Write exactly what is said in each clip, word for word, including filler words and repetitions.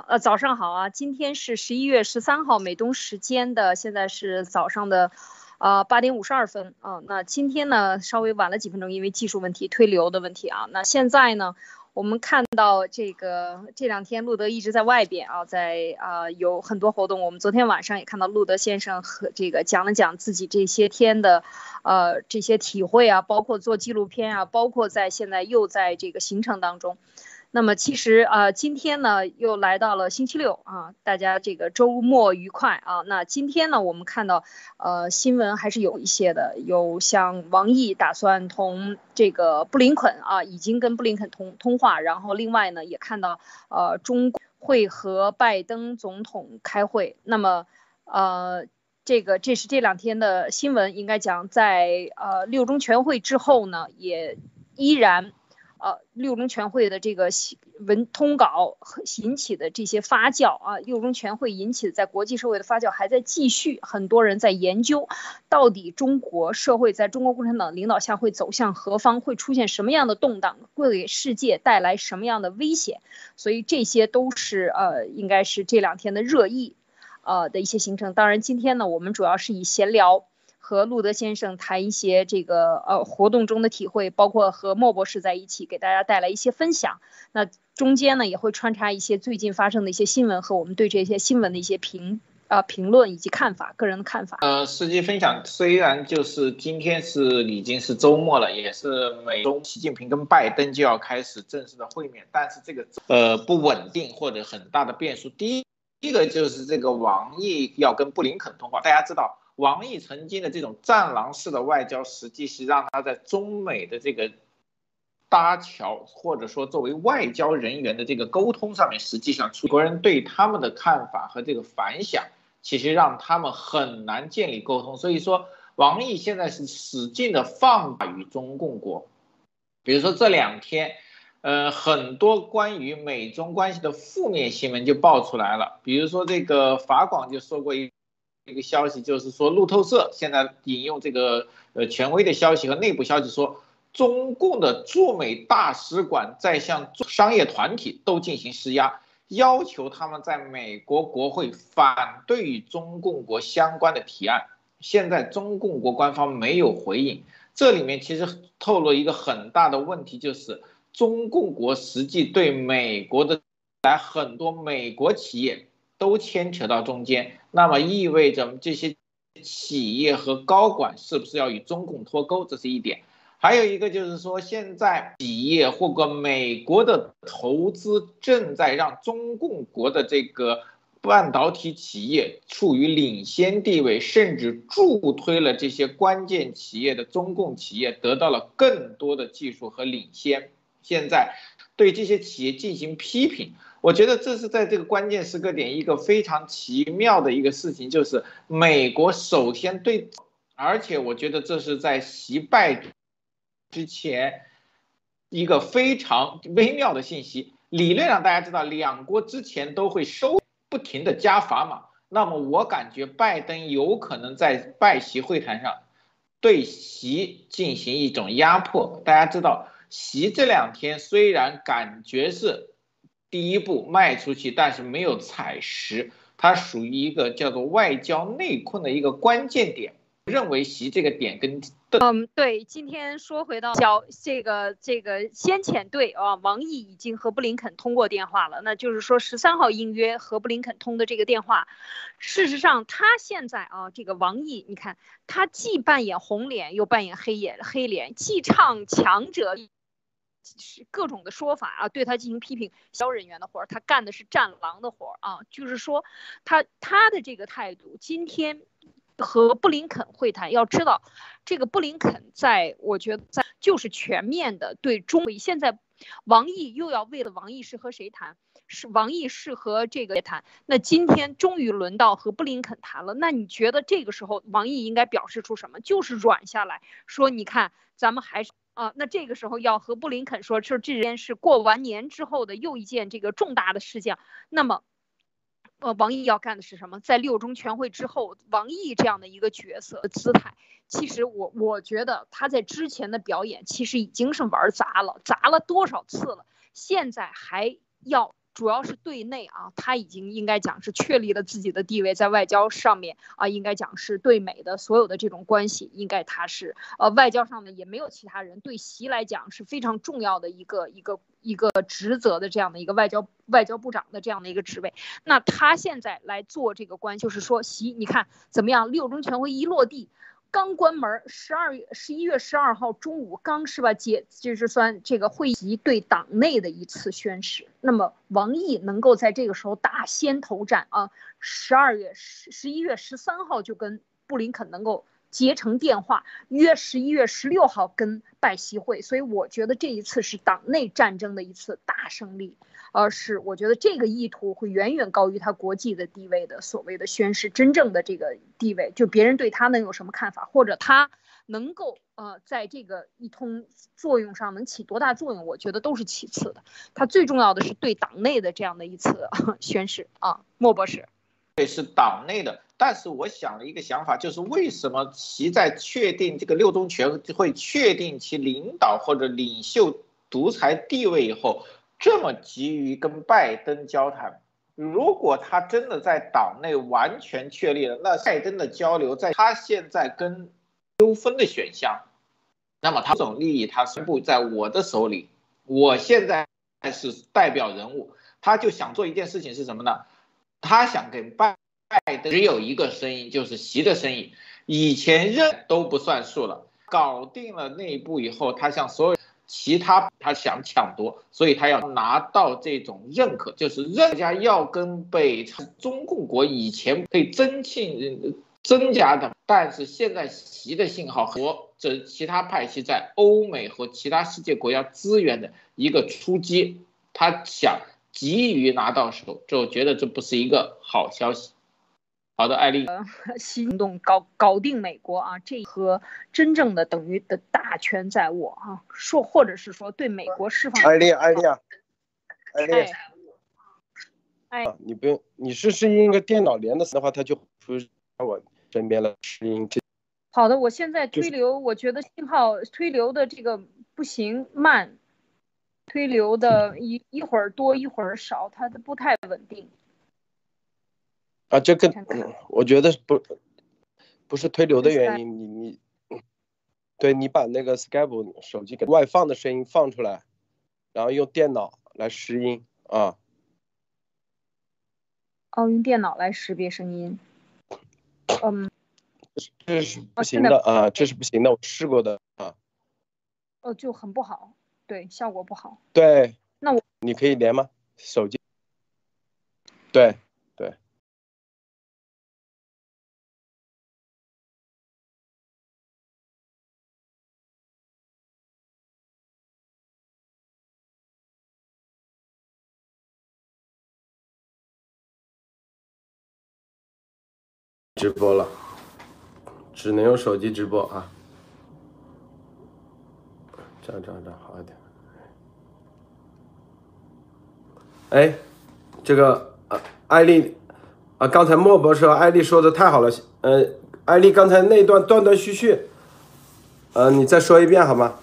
呃，早上好啊！今天是十一月十三号美东时间的，现在是早上的，呃八点五十二分啊。那今天呢稍微晚了几分钟，因为技术问题、推流的问题啊。那现在呢，我们看到这个这两天路德一直在外边啊，在啊、呃、有很多活动。我们昨天晚上也看到路德先生和这个讲了讲自己这些天的呃这些体会啊，包括做纪录片啊，包括在现在又在这个行程当中。那么其实呃，今天呢又来到了星期六啊，大家这个周末愉快啊。那今天呢，我们看到呃新闻还是有一些的，有像王毅打算同这个布林肯啊，已经跟布林肯通通话，然后另外呢也看到呃中国会和拜登总统开会。那么呃这个这是这两天的新闻，应该讲在呃六中全会之后呢，也依然。呃，六中全会的这个文通稿引起的这些发酵啊，六中全会引起的在国际社会的发酵还在继续，很多人在研究，到底中国社会在中国共产党领导下会走向何方，会出现什么样的动荡，会给世界带来什么样的危险，所以这些都是呃，应该是这两天的热议，呃的一些行程。当然，今天呢，我们主要是以闲聊。和路德先生谈一些这个呃活动中的体会，包括和莫博士在一起给大家带来一些分享。那中间呢也会穿插一些最近发生的一些新闻和我们对这些新闻的一些评呃评论以及看法，个人的看法。 呃，实际分享虽然就是今天是已经是周末了，也是美中习近平跟拜登就要开始正式的会面，但是这个呃不稳定或者很大的变数。第一第一个就是这个王毅要跟布林肯通话，大家知道。王毅曾经的这种战狼式的外交，实际是让他在中美的这个搭桥，或者说作为外交人员的这个沟通上面，实际上美国人对他们的看法和这个反响，其实让他们很难建立沟通。所以说，王毅现在是使劲的放大与中共国，比如说这两天，呃，很多关于美中关系的负面新闻就爆出来了，比如说这个法广就说过一。一个消息就是说，路透社现在引用这个呃权威的消息和内部消息说，中共的驻美大使馆在向商业团体都进行施压，要求他们在美国国会反对与中共国相关的提案。现在中共国官方没有回应，这里面其实透露一个很大的问题，就是中共国实际对美国的来很多美国企业。都牵扯到中间，那么意味着这些企业和高管是不是要与中共脱钩？这是一点。还有一个就是说，现在企业或者美国的投资正在让中共国的这个半导体企业处于领先地位，甚至助推了这些关键企业的中共企业得到了更多的技术和领先。现在对这些企业进行批评。我觉得这是在这个关键时刻点一个非常奇妙的一个事情，就是美国首先对，而且我觉得这是在习拜之前一个非常微妙的信息。理论上大家知道，两国之前都会收不停的加砝码，那么我感觉拜登有可能在拜习会谈上对习进行一种压迫。大家知道，习这两天虽然感觉是第一步迈出去，但是没有踩实，它属于一个叫做外交内困的一个关键点。认为习这个点跟嗯，对，今天说回到小这个这个先遣队啊，王毅已经和布林肯通过电话了，那就是说十三号应约和布林肯通的这个电话。事实上，他现在啊，这个王毅，你看他既扮演红脸，又扮演黑眼黑脸，既唱强者。各种的说法啊，对他进行批评，销人员的活儿，他干的是战狼的活儿啊，就是说他他的这个态度，今天和布林肯会谈，要知道这个布林肯在，我觉得在就是全面的对中国，现在王毅又要为了王毅是和谁谈？是王毅是和这个谈，那今天终于轮到和布林肯谈了，那你觉得这个时候王毅应该表示出什么？就是软下来说，你看咱们还是。啊，那这个时候要和布林肯说，说这件事过完年之后的又一件这个重大的事件，那么，呃，王毅要干的是什么？在六中全会之后，王毅这样的一个角色姿态，其实我我觉得他在之前的表演其实已经是玩砸了，砸了多少次了，现在还要主要是对内啊，他已经应该讲是确立了自己的地位，在外交上面啊，应该讲是对美的所有的这种关系，应该他是呃外交上面也没有其他人，对习来讲是非常重要的一个一个一个职责的这样的一个外交外交部长的这样的一个职位。那他现在来做这个官，就是说习，你看怎么样？六中全会一落地。刚关门，十二月十一月十二号中午刚是吧？结就是算这个会议对党内的一次宣誓。那么王毅能够在这个时候打先头战啊，十二月十十一月十三号就跟布林肯能够结成电话，约十一月十六号跟拜习会。所以我觉得这一次是党内战争的一次大胜利。而是我觉得这个意图会远远高于他国际的地位的所谓的宣誓真正的这个地位，就别人对他能有什么看法，或者他能够呃在这个一通作用上能起多大作用，我觉得都是其次的。他最重要的是对党内的这样的一次宣誓啊，莫博士。 对，是党内的。但是我想了一个想法，就是为什么习在确定这个六中全会确定其领导或者领袖独裁地位以后，这么急于跟拜登交谈？如果他真的在党内完全确立了，那拜登的交流在他现在跟纠纷的选项，那么他这种利益他宣布在我的手里，我现在是代表人物，他就想做一件事情是什么呢？他想跟拜登只有一个声音，就是习的声音，以前任都不算数了，搞定了内部以后，他向所有其他他想抢夺，所以他要拿到这种认可，就是人家要跟北中共国以前可以增进增加的，但是现在习的信号和这其他派系在欧美和其他世界国家资源的一个出击，他想急于拿到手，就觉得这不是一个好消息。好的，艾丽， 习行动搞搞定美国啊，这和真正的等于的大权在握啊，说或者是说对美国释放。 艾丽，艾丽啊，艾丽， 哎，哎啊，你不用，你是是一个电脑连的的话，它就出我身边了适应这。 好的，我现在推流，我觉得信号推流的这个不行，慢，推流的一一会儿多一会儿少，它不太稳定。 啊，这个、嗯、我觉得不不是推流的原因，你你，对你把那个 Skype 手机给外放的声音放出来，然后用电脑来识音啊。 哦，用电脑来识别声音。嗯， 这是不行的啊，这是不行的，我试过的啊。 哦，就很不好，对，效果不好。 对， 那我你可以连吗？手机？对对。直播了，只能用手机直播啊。这样这样这样好一点。哎，这个呃，艾丽啊，刚才莫博士和艾丽说的太好了。呃，艾丽刚才那段断断续续，呃，你再说一遍好吗？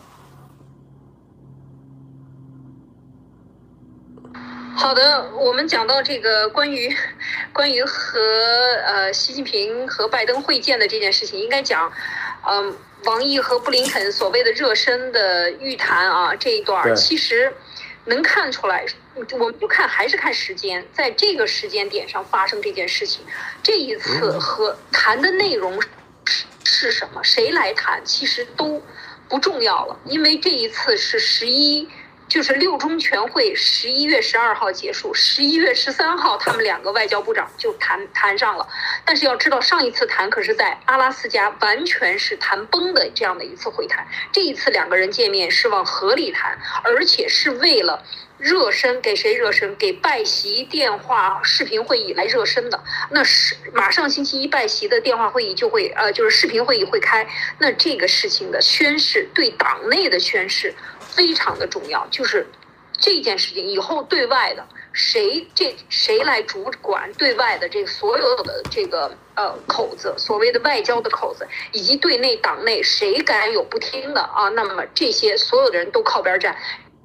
好的，我们讲到这个关于关于和呃习近平和拜登会见的这件事情，应该讲，嗯、呃，王毅和布林肯所谓的热身的预谈啊，这一段其实能看出来，我们就看还是看时间，在这个时间点上发生这件事情，这一次和谈的内容是什么，谁来谈，其实都不重要了，因为这一次是十一。就是六中全会十一月十二号结束，十一月十三号他们两个外交部长就谈谈上了。但是要知道，上一次谈可是在阿拉斯加，完全是谈崩的这样的一次会谈。这一次两个人见面是往合理谈，而且是为了热身，给谁热身？给拜习电话视频会议来热身的。那是马上星期一拜习的电话会议就会呃，就是视频会议会开。那这个事情的宣誓，对党内的宣誓。非常的重要，就是这件事情以后对外的谁这谁来主管对外的这个所有的这个呃口子，所谓的外交的口子，以及对内党内谁敢有不听的啊？那么这些所有的人都靠边站。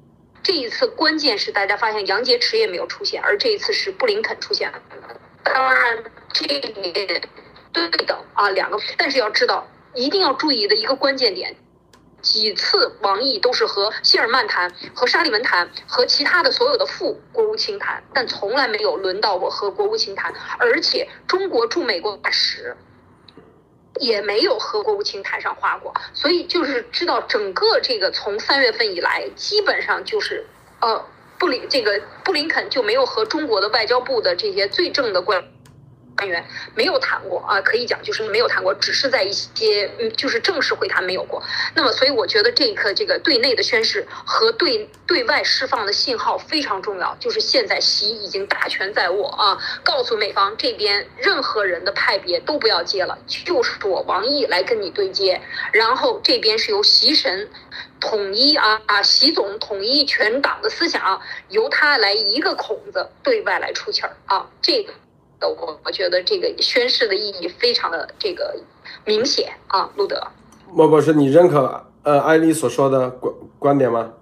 这一次关键是大家发现杨洁篪也没有出现，而这一次是布林肯出现了。当然这里对等啊两个，但是要知道一定要注意的一个关键点。几次王毅都是和谢尔曼谈，和沙利文谈，和其他的所有的副国务卿谈，但从来没有轮到我和国务卿谈。而且中国驻美国大使也没有和国务卿谈上话过，所以就是知道整个这个从三月份以来，基本上就是呃布林这个布林肯就没有和中国的外交部的这些最正的官。官员没有谈过啊，可以讲就是没有谈过，只是在一些嗯，就是正式会谈没有过。那么，所以我觉得这一刻这个对内的宣示和对对外释放的信号非常重要，就是现在习已经大权在握啊，告诉美方这边任何人的派别都不要接了，就是我王毅来跟你对接，然后这边是由习神统一啊啊，习总统一全党的思想，由他来一个孔子对外来出气儿啊，这个。我我觉得这个宣誓的意义非常的这个明显啊，路德。 莫博士，你认可呃艾丽所说的观观点吗？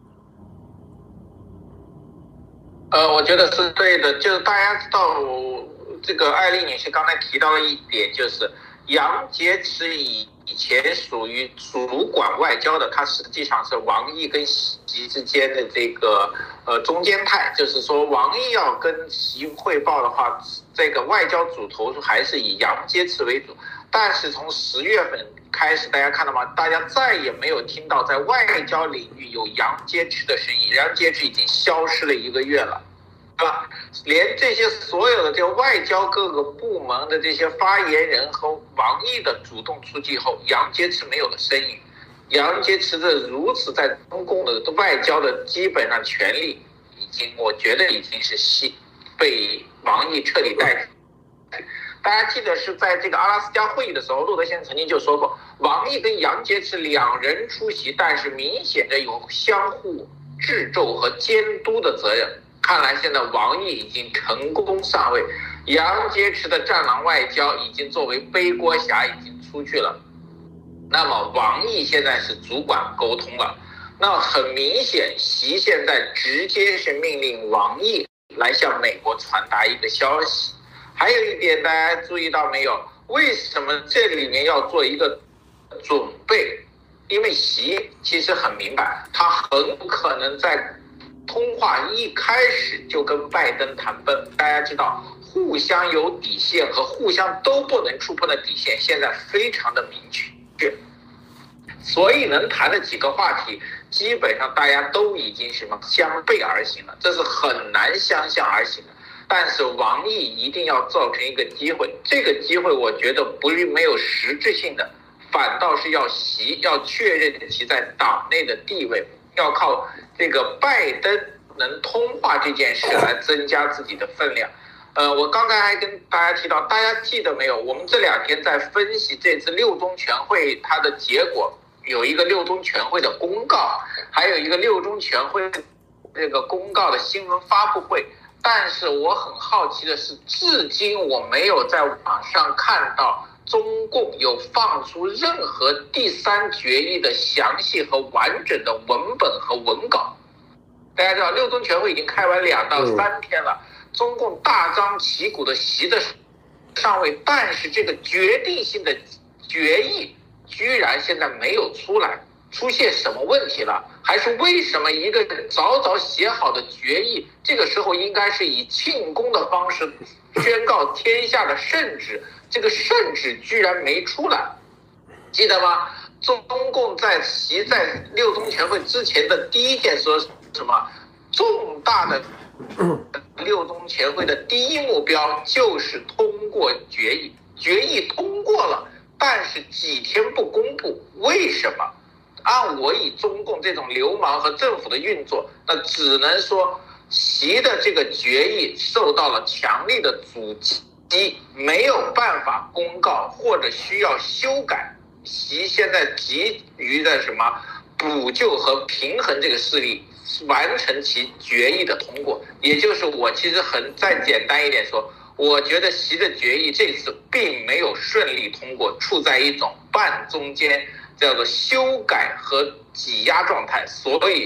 呃，我觉得是对的，就是大家知道这个艾丽女士刚才提到了一点，就是杨洁篪以以前属于主管外交的，他实际上是王毅跟习之间的这个呃中间态，就是说王毅要跟习汇报的话，这个外交主头还是以杨洁篪为主。但是从十月份开始，大家看到吗？大家再也没有听到在外交领域有杨洁篪的声音，杨洁篪已经消失了一个月了。对吧？连这些所有的这个外交各个部门的这些发言人和王毅的主动出击后，杨洁篪没有了声音。杨洁篪的如此在中共的外交的基本上权力，已经我觉得已经是西被王毅彻底代替。大家记得是在这个阿拉斯加会议的时候，路德先生曾经就说过，王毅跟杨洁篪两人出席，但是明显的有相互制肘和监督的责任。看来现在王毅已经成功上位，杨洁篪的战狼外交已经作为背锅侠已经出去了。那么王毅现在是主管沟通了，那很明显，习现在直接是命令王毅来向美国传达一个消息。还有一点大家注意到没有？为什么这里面要做一个准备？因为习其实很明白，他很可能在通话一开始就跟拜登谈崩。大家知道，互相有底线和互相都不能触碰的底线现在非常的明确，所以能谈的几个话题基本上大家都已经什么相背而行了，这是很难相向而行的。但是王毅一定要造成一个机会，这个机会我觉得不是没有实质性的，反倒是要习要确认其在党内的地位，要靠这个拜登能通话这件事来增加自己的分量。呃，我刚才还跟大家提到，大家记得没有？我们这两天在分析这次六中全会它的结果，有一个六中全会的公告，还有一个六中全会这个公告的新闻发布会。但是我很好奇的是，至今我没有在网上看到中共有放出任何第三决议的详细和完整的文本和文稿。大家知道，六中全会已经开完两到三天了，中共大张旗鼓的习的上位，但是这个决定性的决议居然现在没有出来，出现什么问题了？还是为什么一个早早写好的决议，这个时候应该是以庆功的方式宣告天下的圣旨，这个圣旨居然没出来？记得吗？中共在习在六中全会之前的第一件说什么？重大的六中全会的第一目标就是通过决议，决议通过了，但是几天不公布，为什么？按我以中共这种流氓和政府的运作，那只能说习的这个决议受到了强力的阻击，没有办法公告或者需要修改。习现在急于的什么补救和平衡这个势力，完成其决议的通过。也就是我其实很再简单一点说，我觉得习的决议这次并没有顺利通过，处在一种半中间，叫做修改和挤压状态，所以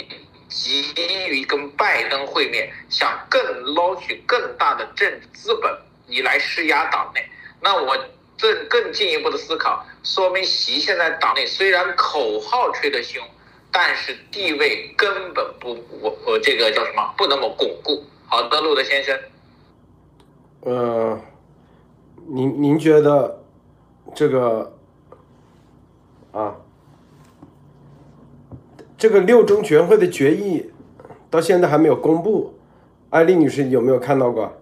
急于跟拜登会面，想更捞取更大的政治资本，以来施压党内。那我这更进一步的思考，说明习现在党内虽然口号吹得凶，但是地位根本不我我这个叫什么不那么巩固。好的，路德先生。 呃，您您觉得这个啊，这个六中全会的决议到现在还没有公布，艾丽女士有没有看到过？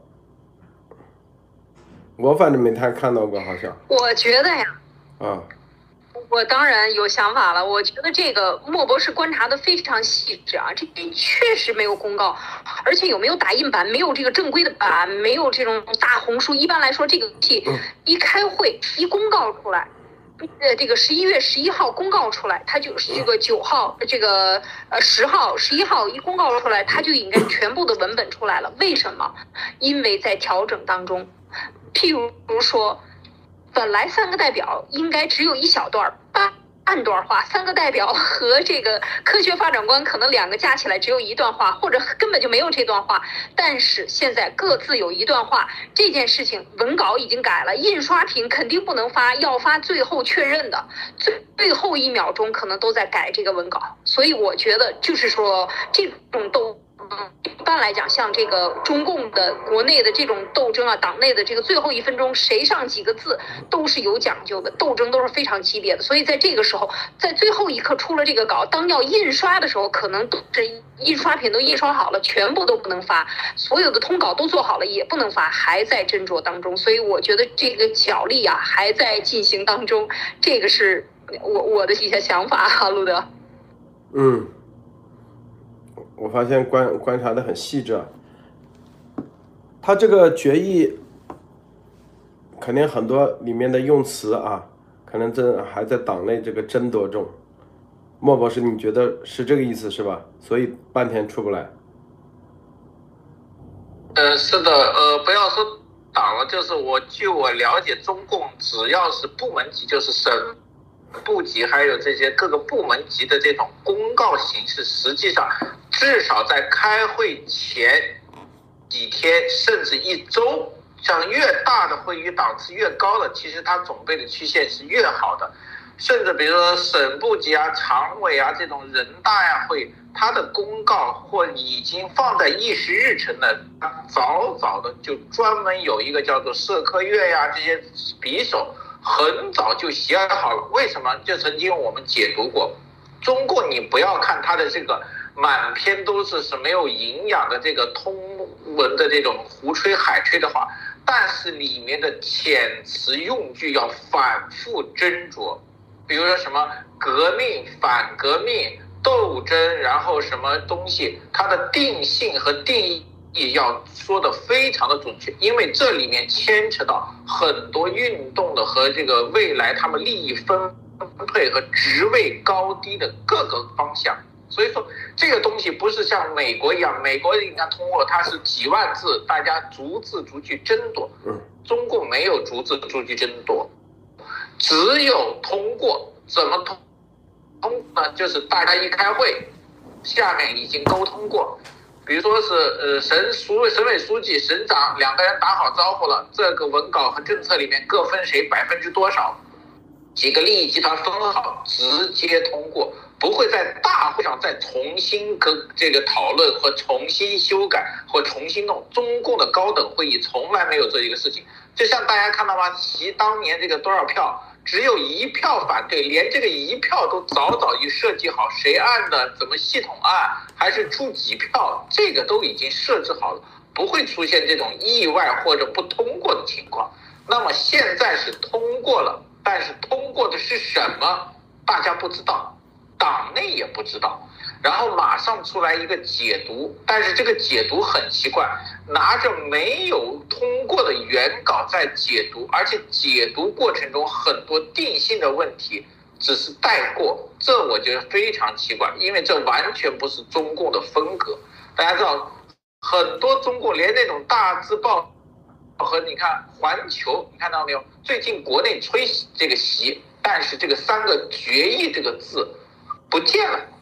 我反正没太看到过，好像。 我觉得呀， 啊， 我当然有想法了。我觉得这个莫博士观察的非常细致啊，这确实没有公告，而且有没有打印版，没有这个正规的版，没有这种大红书。一般来说，这个题一开会一公告出来，呃，这个十一月十一号公告出来，它就是这个九号，这个呃十号、十一号一公告出来，它就应该全部的文本出来了。为什么？因为在调整当中。譬如说，本来三个代表应该只有一小段半半段话，三个代表和这个科学发展观可能两个加起来只有一段话，或者根本就没有这段话。但是现在各自有一段话，这件事情文稿已经改了，印刷品肯定不能发，要发最后确认的，最最后一秒钟可能都在改这个文稿。所以我觉得就是说这种斗。一般来讲，像这个中共的国内的这种斗争啊，党内的这个最后一分钟谁上几个字都是有讲究的，斗争都是非常激烈的。所以在这个时候，在最后一刻出了这个稿，当要印刷的时候，可能都是印刷品都印刷好了，全部都不能发，所有的通稿都做好了也不能发，还在斟酌当中。所以我觉得这个角力啊还在进行当中，这个是我我的一些想法哈，路德。 嗯。我发现观观察的很细致，他这个决议肯定很多里面的用词啊，可能真还在党内这个争夺中。莫博士，你觉得是这个意思是吧？所以半天出不来。 呃，是的，呃，不要说党了，就是我据我了解，中共只要是部门级，就是省部级，还有这些各个部门级的这种公告形式，实际上至少在开会前几天甚至一周，像越大的会议档次越高的，其实它总备的曲线是越好的。甚至比如说省部级啊、常委啊这种人大呀会，它的公告或已经放在议事日程的，早早的就专门有一个叫做社科院呀这些匕首，很早就写好了。为什么？就曾经我们解读过，中共你不要看它的这个满篇都是是没有营养的这个通文的这种胡吹海吹的话，但是里面的遣词用句要反复斟酌。比如说什么革命、反革命、斗争，然后什么东西，它的定性和定义要说的非常的准确，因为这里面牵扯到很多运动的和这个未来他们利益分配和职位高低的各个方向。所以说这个东西不是像美国一样，美国你看通过它是几万字，大家逐字逐句争夺，中共没有逐字逐句争夺。只有通过，怎么通通呢？就是大家一开会，下面已经沟通过，比如说是呃省书省委书记、省长两个人打好招呼了，这个文稿和政策里面各分谁百分之多少，几个利益集团分好，直接通过，不会在大会上再重新跟这个讨论和重新修改或重新弄。中共的高等会议从来没有这一个事情。就像大家看到吗？习当年这个多少票，只有一票反对，连这个一票都早早就设计好，谁按的，怎么系统按，还是出几票，这个都已经设置好了，不会出现这种意外或者不通过的情况。那么现在是通过了，但是通过的是什么，大家不知道，党内也不知道。然后马上出来一个解读，但是这个解读很奇怪，拿着没有通过的原稿在解读，而且解读过程中很多定性的问题只是带过，这我觉得非常奇怪，因为这完全不是中共的风格。大家知道，很多中共连那种大字报和你看环球，你看到没有？最近国内吹这个习，但是这个三个决议这个字不见了。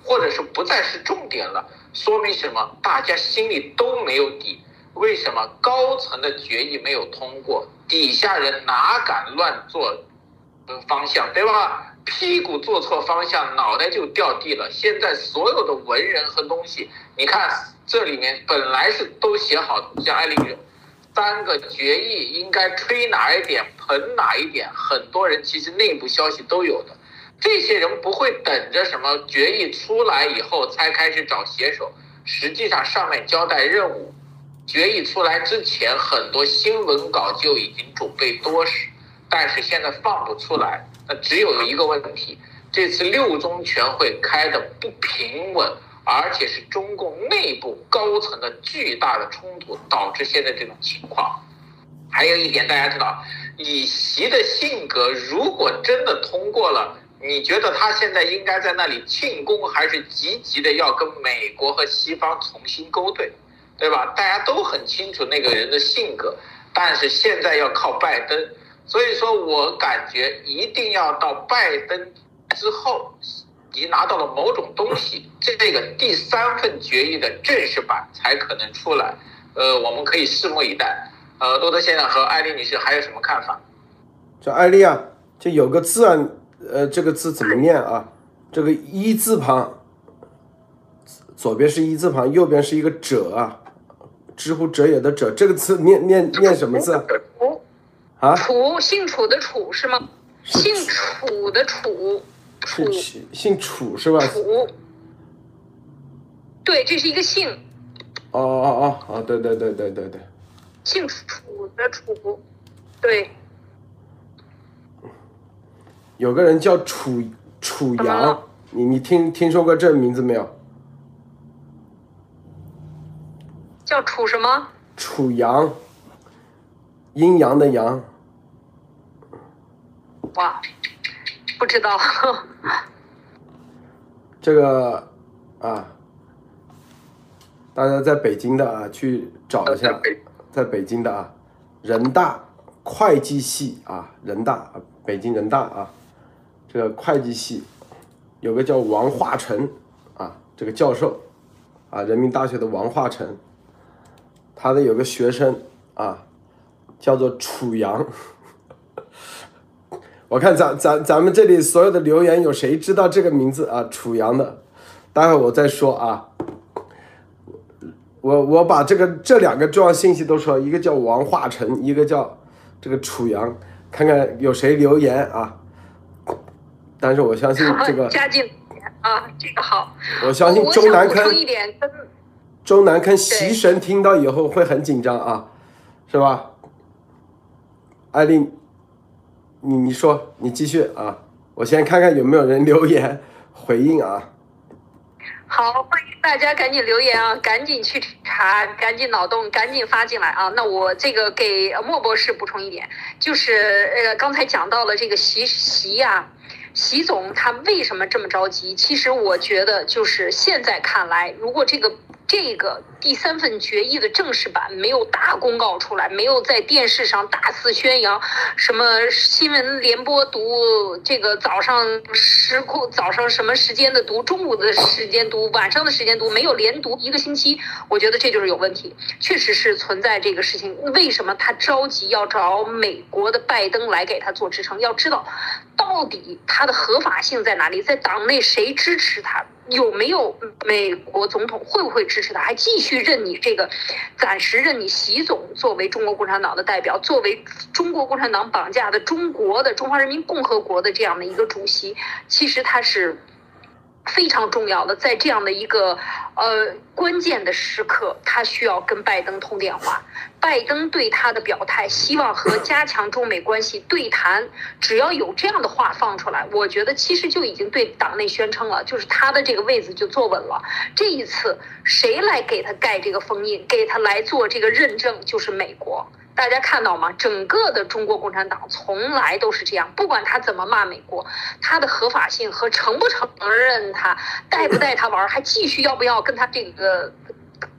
或者是不再是重点了，说明什么？大家心里都没有底。为什么高层的决议没有通过，底下人哪敢乱做方向，对吧？屁股做错方向，脑袋就掉地了。现在所有的文人和东西，你看这里面本来是都写好，像艾丽女三个决议应该推哪一点，捧哪一点，很多人其实内部消息都有的。这些人不会等着什么决议出来以后才开始找写手，实际上上面交代任务，决议出来之前很多新闻稿就已经准备多时，但是现在放不出来。那只有一个问题，这次六中全会开的不平稳，而且是中共内部高层的巨大的冲突导致现在这种情况。还有一点大家知道，以习的性格如果真的通过了，你觉得他现在应该在那里庆功，还是积极的要跟美国和西方重新勾兑，对吧？大家都很清楚那个人的性格，但是现在要靠拜登。所以说我感觉一定要到拜登之后，你拿到了某种东西，这个第三份决议的正式版才可能出来。呃，我们可以拭目以待。呃，多德先生和艾丽女士还有什么看法？ 这艾丽啊，就有个字啊，呃，这个字怎么念啊？这个一字旁，左边是一字旁，右边是一个者啊，知乎者也的者，这个字念念念什么字啊？啊， 楚，姓楚的楚是吗？姓楚的楚，楚， 姓楚是吧？ 楚，对，这是一个姓。 哦哦哦哦，对对对对对对。 姓楚的楚，对。 有个人叫楚楚阳，你你听听说过这名字没有？ 叫楚什么？ 楚阳，阴阳的阳。 哇，不知道。 这个啊，大家在北京的啊，去找一下，在北京的啊，人大会计系啊，人大北京人大啊，这个会计系有个叫王化成啊，这个教授啊，人民大学的王化成，他的有个学生啊，叫做楚阳。我看咱咱咱们这里所有的留言有谁知道这个名字啊？楚阳的，待会我再说啊。我我把这个这两个重要信息都说，一个叫王化成，一个叫这个楚阳，看看有谁留言啊。但是我相信这个加进啊，这个好。 我相信中南坑一点， 中南坑习神听到以后会很紧张啊，是吧？艾丽。你你说，你继续啊！我先看看有没有人留言回应啊。 好，欢迎大家赶紧留言啊，赶紧去查，赶紧脑洞，赶紧发进来啊！那我这个给莫博士补充一点，就是呃刚才讲到了这个习习呀，习总他为什么这么着急？其实我觉得就是现在看来，如果这个。这个第三份决议的正式版没有大公告出来，没有在电视上大肆宣扬，什么新闻联播读这个早上时空早上什么时间的读，中午的时间读，晚上的时间读，没有连读一个星期，我觉得这就是有问题，确实是存在这个事情。为什么他着急要找美国的拜登来给他做支撑？要知道，到底他的合法性在哪里？在党内谁支持他？有没有美国总统会不会支持他？还继续任你这个，暂时任你习总作为中国共产党的代表，作为中国共产党绑架的中国的中华人民共和国的这样的一个主席，其实他是非常重要的，在这样的一个呃关键的时刻，他需要跟拜登通电话。拜登对他的表态，希望和加强中美关系对谈，只要有这样的话放出来，我觉得其实就已经对党内宣称了，就是他的这个位子就坐稳了。这一次谁来给他盖这个封印，给他来做这个认证，就是美国。大家看到吗？整个的中国共产党从来都是这样，不管他怎么骂美国，他的合法性和承不承认他，带不带他玩，还继续要不要跟他这个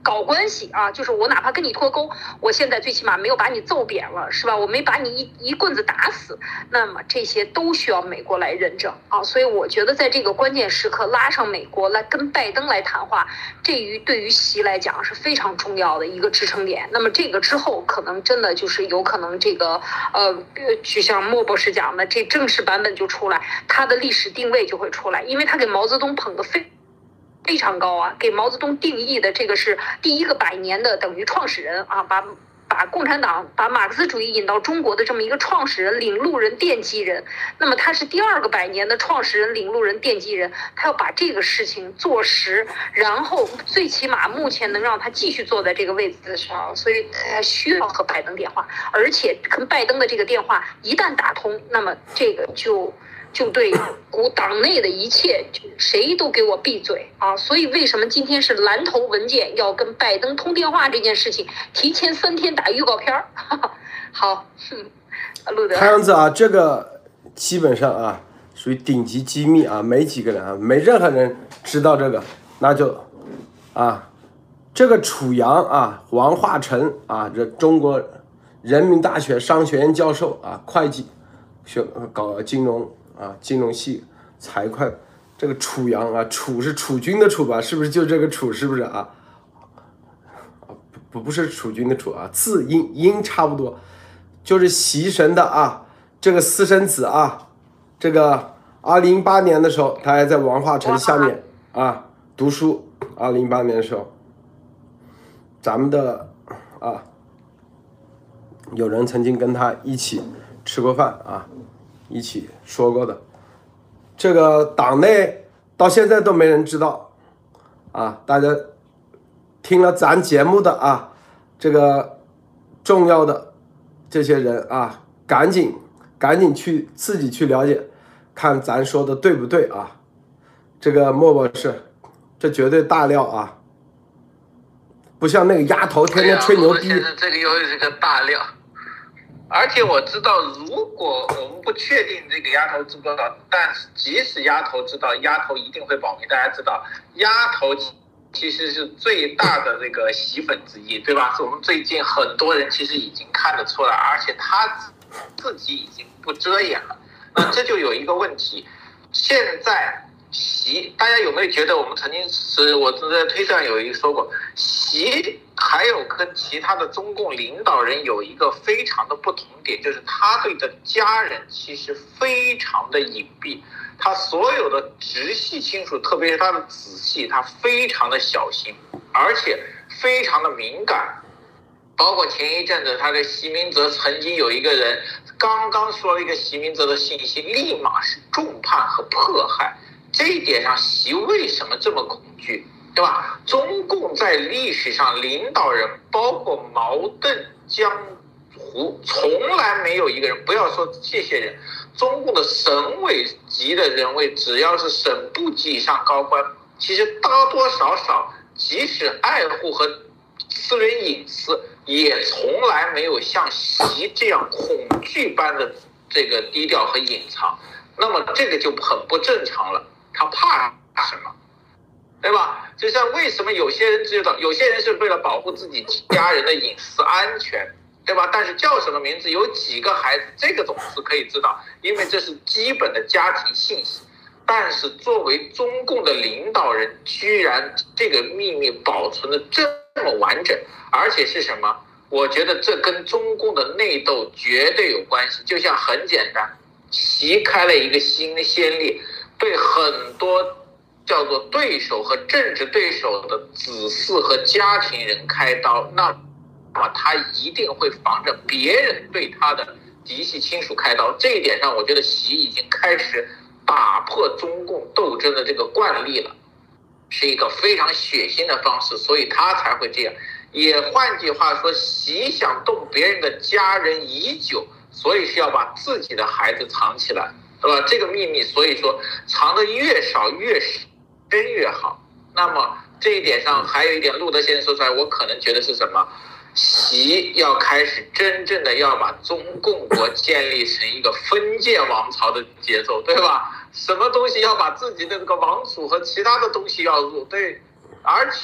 搞关系啊，就是我哪怕跟你脱钩，我现在最起码没有把你揍扁了，是吧？我没把你一一棍子打死，那么这些都需要美国来认证啊。所以我觉得在这个关键时刻拉上美国来跟拜登来谈话，这于对于习来讲是非常重要的一个支撑点。那么这个之后可能真的就是有可能这个呃，就像莫博士讲的，这正式版本就出来，它的历史定位就会出来，因为他给毛泽东捧得非。非常高啊，给毛泽东定义的这个是第一个百年的等于创始人啊，把把共产党把马克思主义引到中国的这么一个创始人、领路人、奠基人。那么他是第二个百年的创始人、领路人、奠基人，他要把这个事情做实，然后最起码目前能让他继续坐在这个位置上，所以他需要和拜登电话，而且跟拜登的这个电话一旦打通，那么这个就。就对古党内的一切，谁都给我闭嘴啊！所以为什么今天是蓝头文件要跟拜登通电话这件事情，提前三天打预告片儿？好，路德。 看样子啊，这个基本上啊属于顶级机密啊，没几个人啊，没任何人知道这个，那就啊，这个楚阳啊，王化成啊，这中国人民大学商学院教授啊，会计学搞金融。啊，金融系财会，这个楚阳啊，楚是楚军的楚吧？是不是就这个楚？是不是啊？啊，不不是楚军的楚啊，字音音差不多，就是习神的啊，这个私生子啊，这个二零一八年的时候，他还在王化成下面啊读书。二零一八年的时候，咱们的啊，有人曾经跟他一起吃过饭啊。一起说过的，这个党内到现在都没人知道啊！大家听了咱节目的啊，这个重要的这些人啊，赶紧赶紧去自己去了解，看咱说的对不对啊？这个莫博士，这绝对大料啊！不像那个丫头天天吹牛逼。 现在这个又是个大料。而且我知道，如果我们不确定这个丫头知不知道，但是即使丫头知道，丫头一定会保密。大家知道，丫头其实是最大的这个洗粉之一，对吧？是我们最近很多人其实已经看得出来，而且她自己已经不遮掩了。那这就有一个问题，现在习，大家有没有觉得我们曾经是我在推特上有一个说过，习还有跟其他的中共领导人有一个非常的不同点，就是他对的家人其实非常的隐蔽，他所有的直系亲属，特别是他的子系，他非常的小心，而且非常的敏感。包括前一阵子他的习明泽曾经有一个人刚刚说了一个习明泽的信息，立马是重判和迫害。这一点上，习为什么这么恐惧，对吧？中共在历史上领导人，包括毛邓、江湖，从来没有一个人，不要说这些人，中共的省委级的人位，只要是省部级以上高官，其实多多少少，即使爱护和私人隐私，也从来没有像习这样恐惧般的这个低调和隐藏。那么这个就很不正常了。他怕什么，对吧？就像为什么有些人知道，有些人是为了保护自己家人的隐私安全，对吧？但是叫什么名字，有几个孩子，这个总是可以知道，因为这是基本的家庭信息。但是作为中共的领导人，居然这个秘密保存的这么完整，而且是什么？我觉得这跟中共的内斗绝对有关系。就像很简单，习开了一个新先例，对很多叫做对手和政治对手的子嗣和家庭人开刀，那么他一定会防着别人对他的嫡系亲属开刀。这一点上，我觉得习已经开始打破中共斗争的这个惯例了，是一个非常血腥的方式，所以他才会这样。也换句话说，习想动别人的家人已久，所以是要把自己的孩子藏起来，对吧？这个秘密，所以说藏得越少越深越好。那么这一点上，还有一点，路德先生说出来，我可能觉得是什么？习要开始真正的要把中共国建立成一个封建王朝的节奏，对吧？什么东西要把自己的这个王储和其他的东西要入，对，而且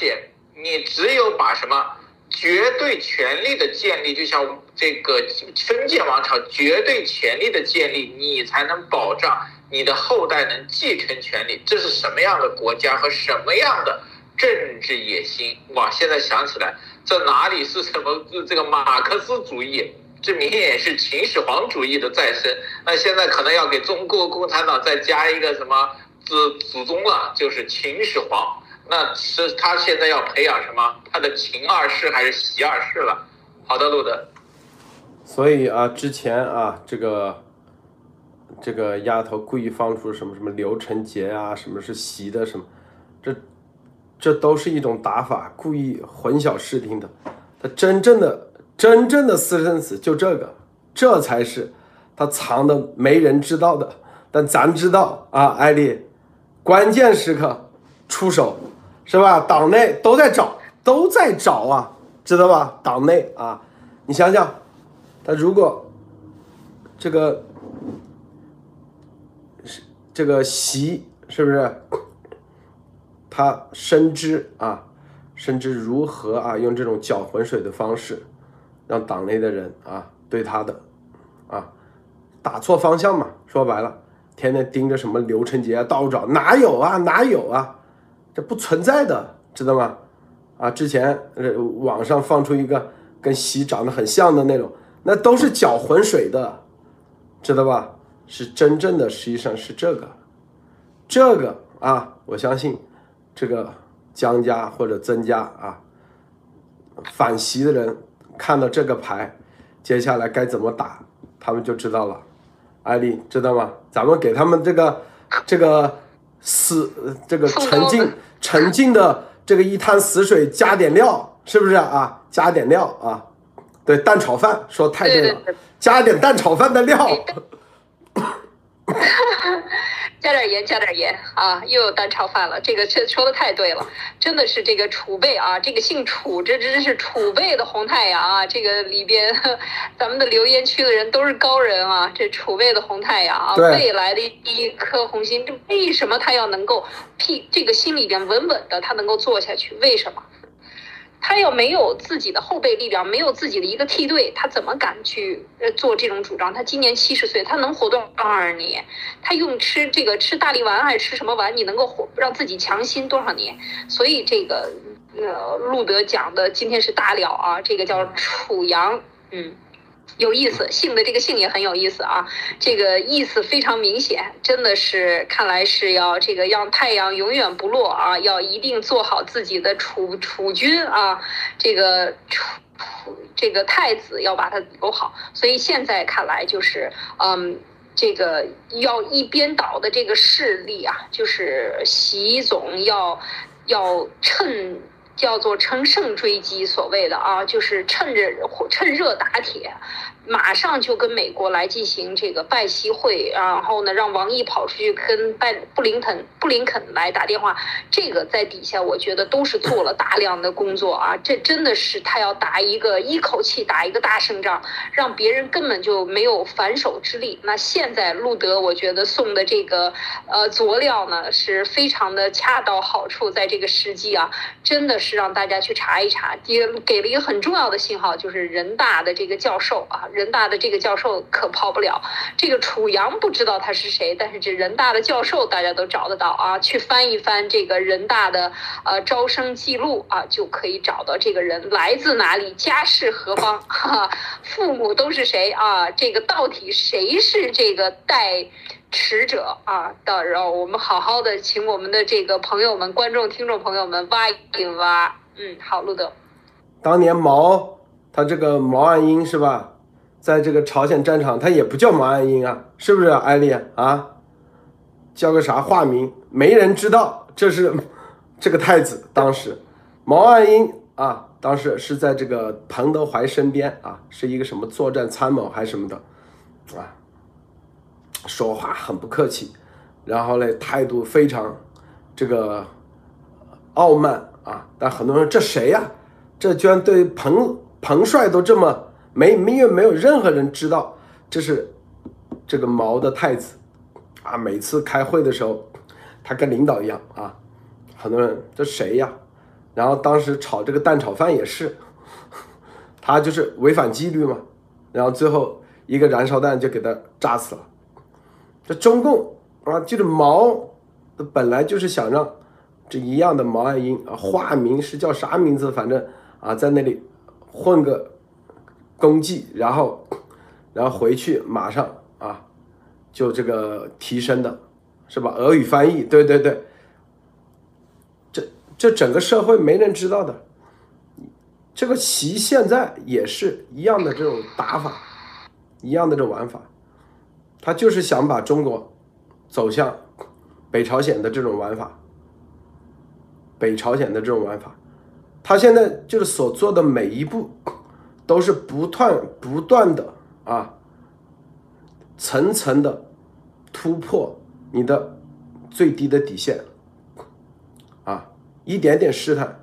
你只有把什么绝对权力的建立，就像这个封建王朝绝对权力的建立，你才能保障你的后代能继承权利。这是什么样的国家和什么样的政治野心？哇，现在想起来，这哪里是什么这个马克思主义？这明显也是秦始皇主义的再生。那现在可能要给中国共产党再加一个什么祖祖宗了，就是秦始皇。那是他现在要培养什么？他的秦二世还是习二世了？好的，路德。 所以啊，之前啊，这个这个丫头故意放出什么什么刘成杰啊，什么是习的什么，这这都是一种打法，故意混淆视听的。他真正的真正的私生子就这个，这才是他藏的没人知道的。但咱知道啊，艾丽，关键时刻出手。是吧？党内都在找，都在找啊，知道吧？党内啊，你想想，他如果这个这个习是不是他深知啊，深知如何啊用这种搅浑水的方式，让党内的人啊对他的啊打错方向嘛？说白了，天天盯着什么刘成杰啊，到处找，哪有啊？哪有啊？这不存在的，知道吗？啊，之前呃网上放出一个跟习长得很像的那种，那都是搅浑水的，知道吧？是真正的，实际上是这个，这个啊，我相信这个江家或者曾家啊，反习的人看到这个牌，接下来该怎么打，他们就知道了。艾丽知道吗？咱们给他们这个这个。死这个沉浸沉浸的这个一滩死水加点料，是不是啊？加点料啊，对，蛋炒饭说太对了，对对对，加点蛋炒饭的料， 加点盐，加点盐啊，又有蛋炒饭了。这个这说的太对了，真的是这个储备啊，这个姓楚，这真是储备的红太阳啊。这个里边咱们的留言区的人都是高人啊，这储备的红太阳啊，未来的一颗红心。这为什么他要能够屁这个心里边稳稳的，他能够做下去？为什么？他要没有自己的后备力量，没有自己的一个梯队，他怎么敢去呃做这种主张？他今年七十岁，他能活多少年？他用吃这个吃大力丸还是吃什么丸？你能够活让自己强心多少年？所以这个呃，路德讲的今天是大料啊，这个叫楚阳，嗯。有意思，姓的这个姓也很有意思啊，这个意思非常明显，真的是看来是要这个让太阳永远不落啊，要一定做好自己的储储君啊，这个储这个太子要把它留好，所以现在看来就是嗯。这个要一边倒的这个势力啊，就是习总要要趁。叫做乘胜追击，所谓的啊，就是趁着趁热打铁，马上就跟美国来进行这个拜习会，然后呢，让王毅跑出去跟拜布林肯布林肯来打电话，这个在底下我觉得都是做了大量的工作啊，这真的是他要打一个一口气打一个大胜仗，让别人根本就没有反手之力。那现在路德我觉得送的这个呃佐料呢是非常的恰到好处，在这个时机啊，真的是。是让大家去查一查，也给了一个很重要的信号，就是人大的这个教授啊，人大的这个教授可跑不了。这个楚阳不知道他是谁，但是这人大的教授大家都找得到啊，去翻一翻这个人大的呃招生记录啊，就可以找到这个人来自哪里，家世何方，哈哈，父母都是谁啊？这个到底谁是这个带？持者啊，到然后我们好好的请我们的这个朋友们、观众、听众朋友们挖一挖。嗯，好，路德。 当年毛他这个毛岸英是吧，在这个朝鲜战场，他也不叫毛岸英啊，是不是艾丽啊？叫个啥化名？没人知道，这是这个太子。当时毛岸英啊，当时是在这个彭德怀身边啊，是一个什么作战参谋还是什么的啊。说话很不客气，然后呢态度非常这个傲慢啊，但很多人说这谁呀、啊？这居然对彭彭帅都这么没没有没有任何人知道这是这个毛的太子啊！每次开会的时候，他跟领导一样啊，很多人这谁呀？ 然后当时炒这个蛋炒饭也是，他就是违反纪律嘛，然后最后一个燃烧弹就给他炸死了。这中共啊，就是毛本来就是想让这一样的毛岸英啊，化名是叫啥名字，反正啊在那里混个功绩，然后然后回去马上啊就这个提升的，是吧？俄语翻译，对对对，这这整个社会没人知道的。这个习现在也是一样的这种打法，一样的这种玩法，他就是想把中国走向北朝鲜的这种玩法，北朝鲜的这种玩法，他现在就是所做的每一步，都是不断不断的啊，层层的突破你的最低的底线，啊，一点点试探。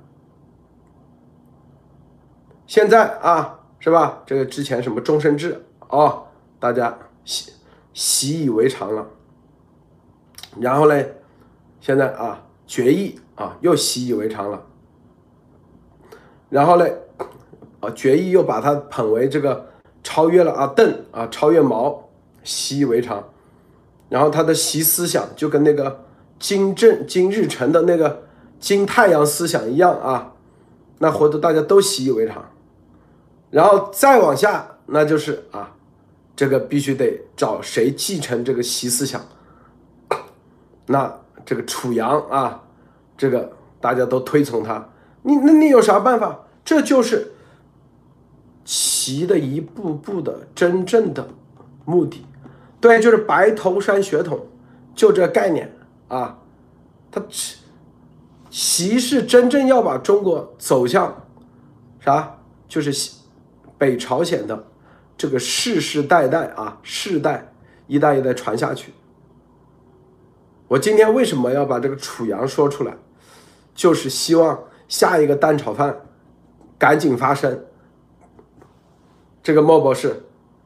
现在啊，是吧？这个之前什么终身制哦，大家习习以为常了。然后呢，现在啊，决议啊又习以为常了。然后呢，啊决议又把它捧为这个超越了啊邓啊，超越毛，习以为常。然后他的习思想就跟那个金正金日成的那个金太阳思想一样啊，那活得大家都习以为常。然后再往下，那就是啊，这个必须得找谁继承这个习思想。那这个楚阳啊，这个大家都推崇他，你那你有啥办法？这就是习的一步步的真正的目的。对，就是白头山血统，就这概念啊。他习是真正要把中国走向啥？就是北朝鲜的这个世世代代啊，世代一代一代传下去。我今天为什么要把这个楚阳说出来？就是希望下一个蛋炒饭赶紧发生。这个莫博士，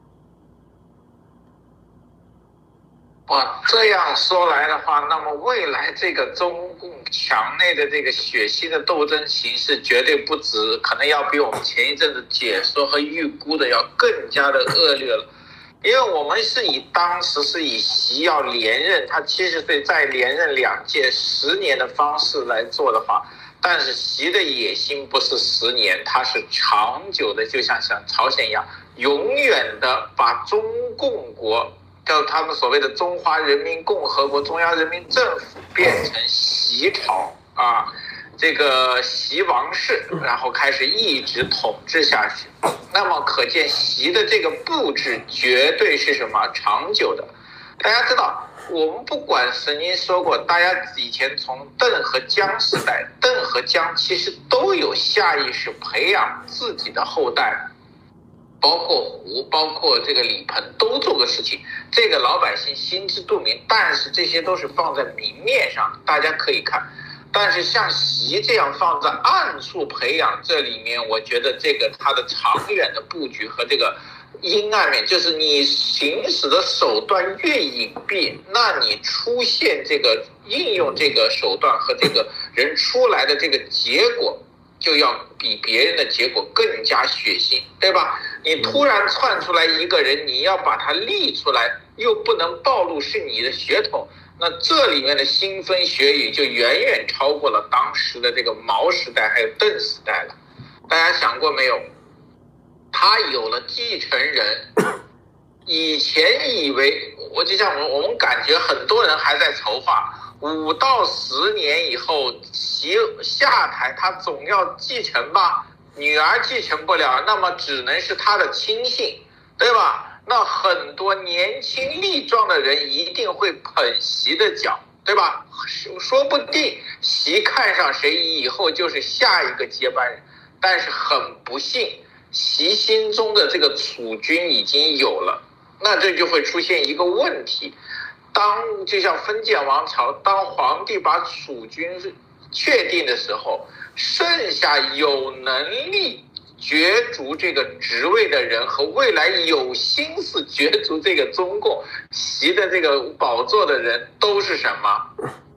哇，这样说来的话，那么未来这个中共墙内的这个血腥的斗争形势，绝对不止，可能要比我们前一阵子解说和预估的要更加的恶劣了。因为我们是以当时是以习要连任，他七十岁再连任两届十年的方式来做的话，但是习的野心不是十年，他是长久的，就像像朝鲜一样，永远的把中共国，就他们所谓的中华人民共和国中央人民政府变成习朝啊，这个习王室，然后开始一直统治下去。那么可见习的这个布置绝对是什么长久的。大家知道，我们不管曾经说过，大家以前从邓和江时代，邓和江其实都有下意识培养自己的后代，包括胡，包括这个李鹏都做过事情，这个老百姓心知肚明，但是这些都是放在明面上，大家可以看。但是像习这样放在暗处培养，这里面我觉得这个它的长远的布局和这个阴暗面，就是你行使的手段越隐蔽，那你出现这个应用这个手段和这个人出来的这个结果，就要比别人的结果更加血腥，对吧？你突然窜出来一个人，你要把他立出来，又不能暴露是你的血统，那这里面的腥风血雨就远远超过了当时的这个毛时代还有邓时代了。大家想过没有？他有了继承人，以前以为，我就像我们我们感觉很多人还在筹划，五到十年以后习下台，他总要继承吧，女儿继承不了，那么只能是他的亲信，对吧？那很多年轻力壮的人一定会捧习的脚，对吧？说不定习看上谁以后就是下一个接班人，但是很不幸，习心中的这个储君已经有了，那这就会出现一个问题。当就像封建王朝，当皇帝把储君确定的时候，剩下有能力角逐这个职位的人和未来有心思角逐这个中共习的这个宝座的人都是什么？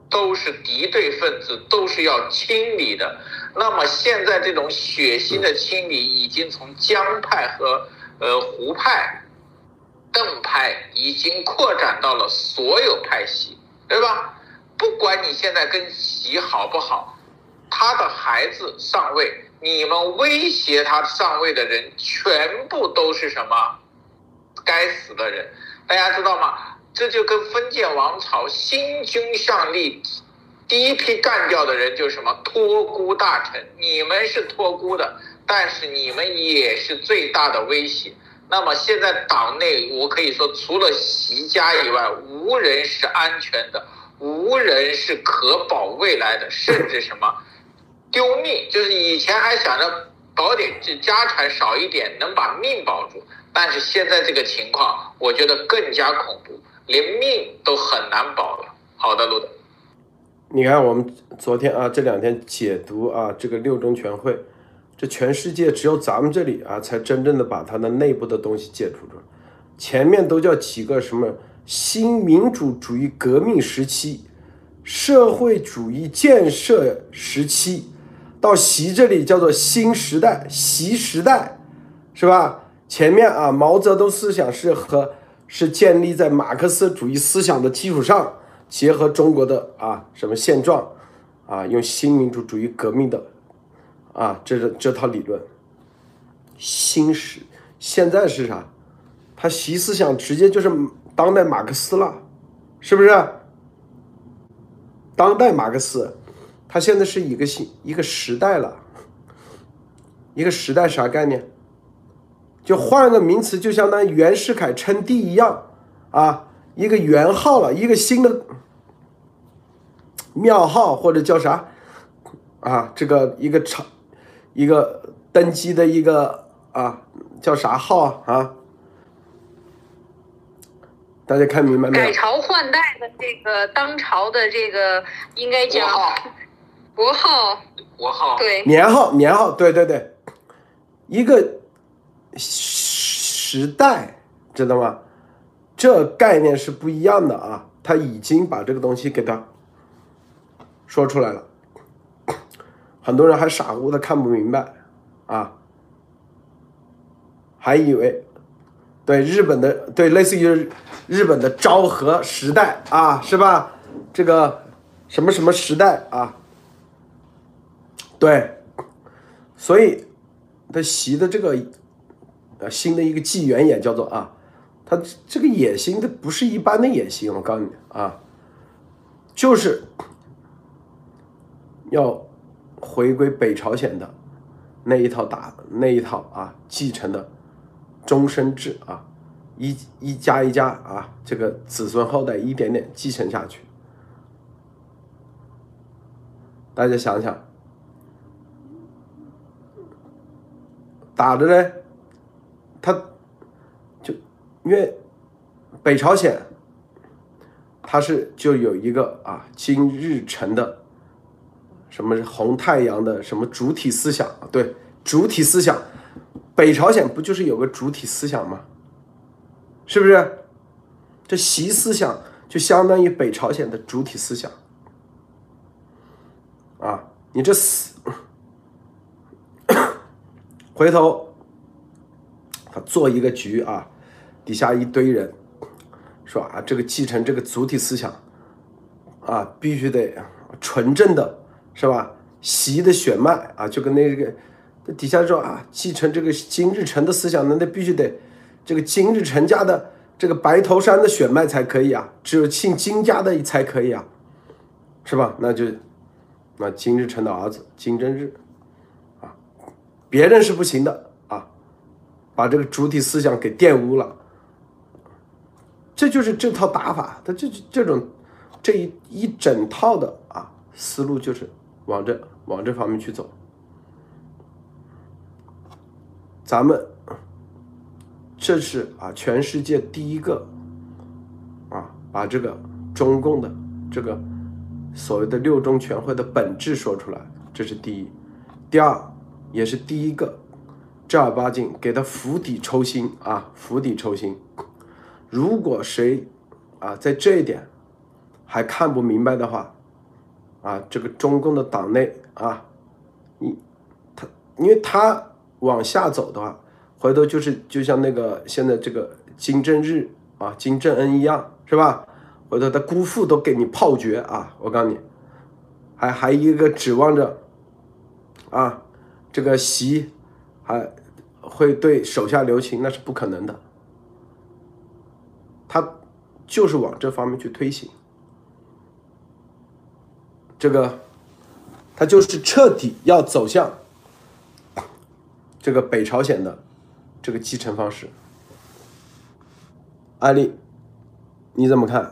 都是敌对分子，都是要清理的。那么现在这种血腥的清理已经从江派和呃胡派、邓派已经扩展到了所有派系，对吧？不管你现在跟习好不好，他的孩子上位，你们威胁他上位的人全部都是什么？该死的人。大家知道吗？这就跟封建王朝新君上立第一批干掉的人就是什么？托孤大臣。你们是托孤的，但是你们也是最大的威胁。那么现在党内我可以说除了习家以外，无人是安全的，无人是可保未来的，甚至什么丢命，就是以前还想着保点家产少一点能把命保住，但是现在这个情况我觉得更加恐怖，连命都很难保了。好的，路德， 你看我们昨天啊这两天解读啊这个六中全会，这全世界只有咱们这里啊才真正的把它的内部的东西解除出来，前面都叫几个什么新民主主义革命时期、社会主义建设时期，到习这里叫做新时代、习时代，是吧？前面啊毛泽东思想是和是建立在马克思主义思想的基础上，结合中国的啊什么现状啊，用新民主主义革命的啊这这套理论。新时现在是啥？他习思想直接就是当代马克思了，是不是？当代马克思，他现在是一个新一个时代了。一个时代啥概念？就换个名词，就相当于袁世凯称帝一样啊，一个元号了，一个新的庙号或者叫啥啊？这个一个朝一个登基的一个啊叫啥号啊？大家看明白没有？ 改朝换代的这个当朝的这个应该讲国号， 国号对， 年号年号，对对对，一个时代，知道吗？这概念是不一样的啊！他已经把这个东西给他说出来了，很多人还傻乎的看不明白啊，还以为对日本的对类似于日本的昭和时代啊，是吧？这个什么什么时代啊？对，所以他习的这个呃新的一个纪元也叫做啊，他这个野心它不是一般的野心，我告诉你啊，就是要回归北朝鲜的那一套打那一套啊继承的终身制啊，一一家一家啊，这个子孙后代一点点继承下去。大家想想，打的呢，他就因为北朝鲜，它是就有一个啊金日成的什么红太阳的什么主体思想，对，主体思想，北朝鲜不就是有个主体思想吗？是不是？这习思想就相当于北朝鲜的主体思想啊！你这死，回头他做一个局啊，底下一堆人说啊，这个继承这个主体思想啊，必须得纯正的，是吧？习的血脉啊，就跟那个底下说啊，继承这个金日成的思想，那那必须得这个金日成家的这个白头山的血脉才可以啊，只有姓金家的才可以啊，是吧？那就那金日成的儿子金正日啊，别人是不行的啊，把这个主体思想给玷污了，这就是这套打法，他这这种这一一整套的啊思路就是往这往这方面去走。咱们这是啊全世界第一个啊把这个中共的这个所谓的六中全会的本质说出来，这是第一。第二，也是第一个正儿八经给他釜底抽薪啊，釜底抽薪。如果谁啊在这一点还看不明白的话啊，这个中共的党内啊，你他因为他往下走的话，回头就是就像那个现在这个金正日啊、金正恩一样，是吧？回头他姑父都给你炮决啊！我告诉你，还还一个指望着啊，这个习还会对手下留情，那是不可能的。他就是往这方面去推行，这个他就是彻底要走向这个北朝鲜的这个继承方式。艾丽，你怎么看？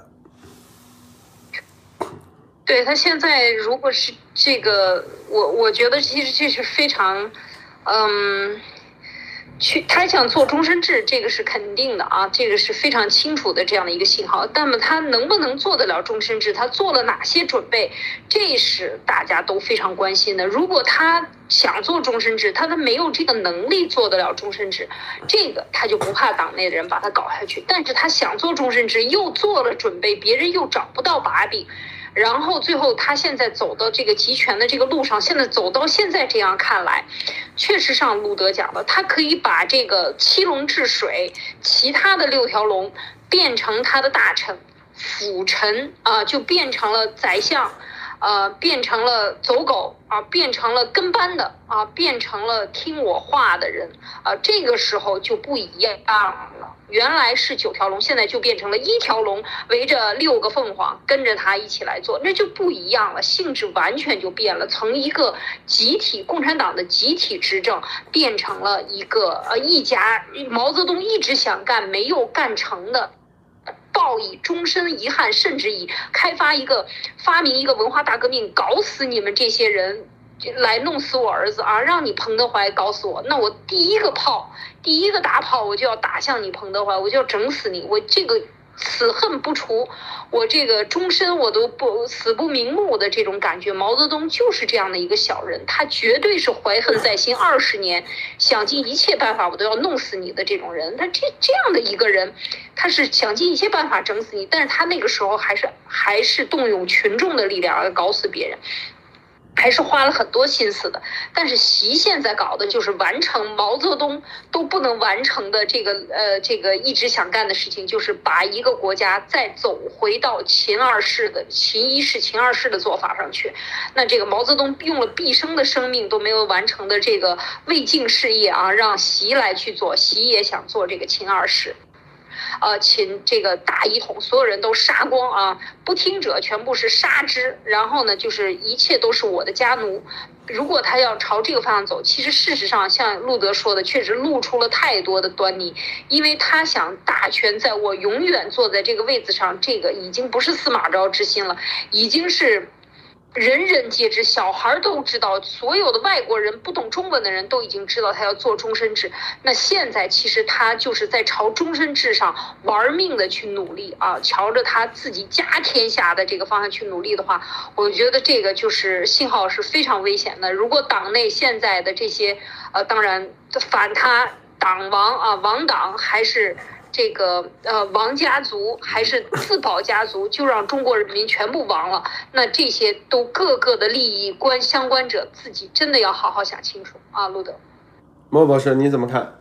对，他现在如果是这个，我我觉得其实这是非常，嗯，去他想做终身制，这个是肯定的啊，这个是非常清楚的这样的一个信号。那么他能不能做得了终身制？他做了哪些准备？这是大家都非常关心的。如果他想做终身制，他他没有这个能力做得了终身制，这个他就不怕党内的人把他搞下去。但是他想做终身制，又做了准备，别人又找不到把柄。然后最后他现在走到这个集权的这个路上，现在走到现在这样看来，确实像路德讲的，他可以把这个七龙治水，其他的六条龙变成他的大臣、辅臣啊、呃，就变成了宰相，呃，变成了走狗啊、呃，变成了跟班的啊、呃，变成了听我话的人啊、呃，这个时候就不一样了。原来是九条龙，现在就变成了一条龙，围着六个凤凰跟着他一起来做，那就不一样了，性质完全就变了，从一个集体共产党的集体执政变成了一个呃一家毛泽东一直想干没有干成的，报以终身遗憾，甚至以开发一个发明一个文化大革命，搞死你们这些人，来弄死我儿子啊！让你彭德怀搞死我，那我第一个炮，第一个大炮，我就要打向你彭德怀，我就要整死你，我这个此恨不除，我这个终身我都不死不瞑目的这种感觉。毛泽东就是这样的一个小人，他绝对是怀恨在心，二十年想尽一切办法我都要弄死你的这种人。他这这样的一个人，他是想尽一切办法整死你，但是他那个时候还是还是动用群众的力量而搞死别人。还是花了很多心思的，但是习现在搞的就是完成毛泽东都不能完成的这个呃这个一直想干的事情，就是把一个国家再走回到秦二世的秦一世、秦二世的做法上去。那这个毛泽东用了毕生的生命都没有完成的这个未竟事业啊，让习来去做，习也想做这个秦二世。呃，秦这个大一统，所有人都杀光啊，不听者全部是杀之。然后呢，就是一切都是我的家奴。如果他要朝这个方向走，其实事实上像路德说的，确实露出了太多的端倪，因为他想大权在我永远坐在这个位子上，这个已经不是司马昭之心了，已经是人人皆知，小孩都知道，所有的外国人不懂中文的人都已经知道他要做终身制。那现在其实他就是在朝终身制上玩命的去努力啊，朝着他自己家天下的这个方向去努力的话，我觉得这个就是信号是非常危险的。如果党内现在的这些呃，当然反他党王啊，王党还是这个呃王家族还是自保家族，就让中国人民全部亡了，那这些都各个的利益关相关者自己真的要好好想清楚啊。路德， 莫博士你怎么看？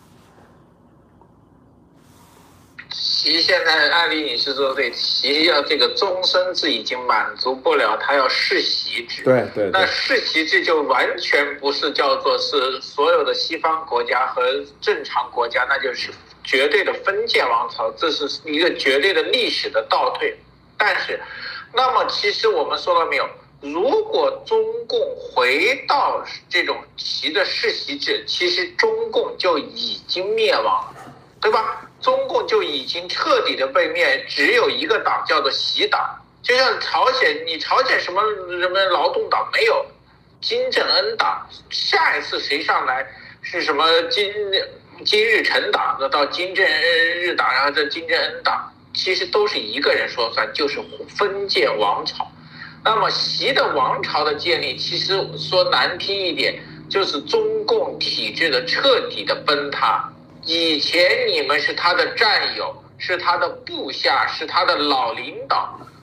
习现在案例你是说对，习要这个终身制已经满足不了，他要世袭制。 对 对, 对。 那世袭制就完全不是叫做是所有的西方国家和正常国家，那就是绝对的封建王朝，这是一个绝对的历史的倒退。但是，那么其实我们说了没有？如果中共回到这种习的世袭制，其实中共就已经灭亡了，对吧？中共就已经彻底的被灭，只有一个党叫做习党。就像朝鲜，你朝鲜什么什么劳动党没有，金正恩党，下一次谁上来是什么金金日成党，到金正日党，然后这金正恩党，其实都是一个人说算，就是封建王朝。那么习的王朝的建立，其实说难听一点，就是中共体制的彻底的崩塌。以前你们是他的战友，是他的部下，是他的老领导，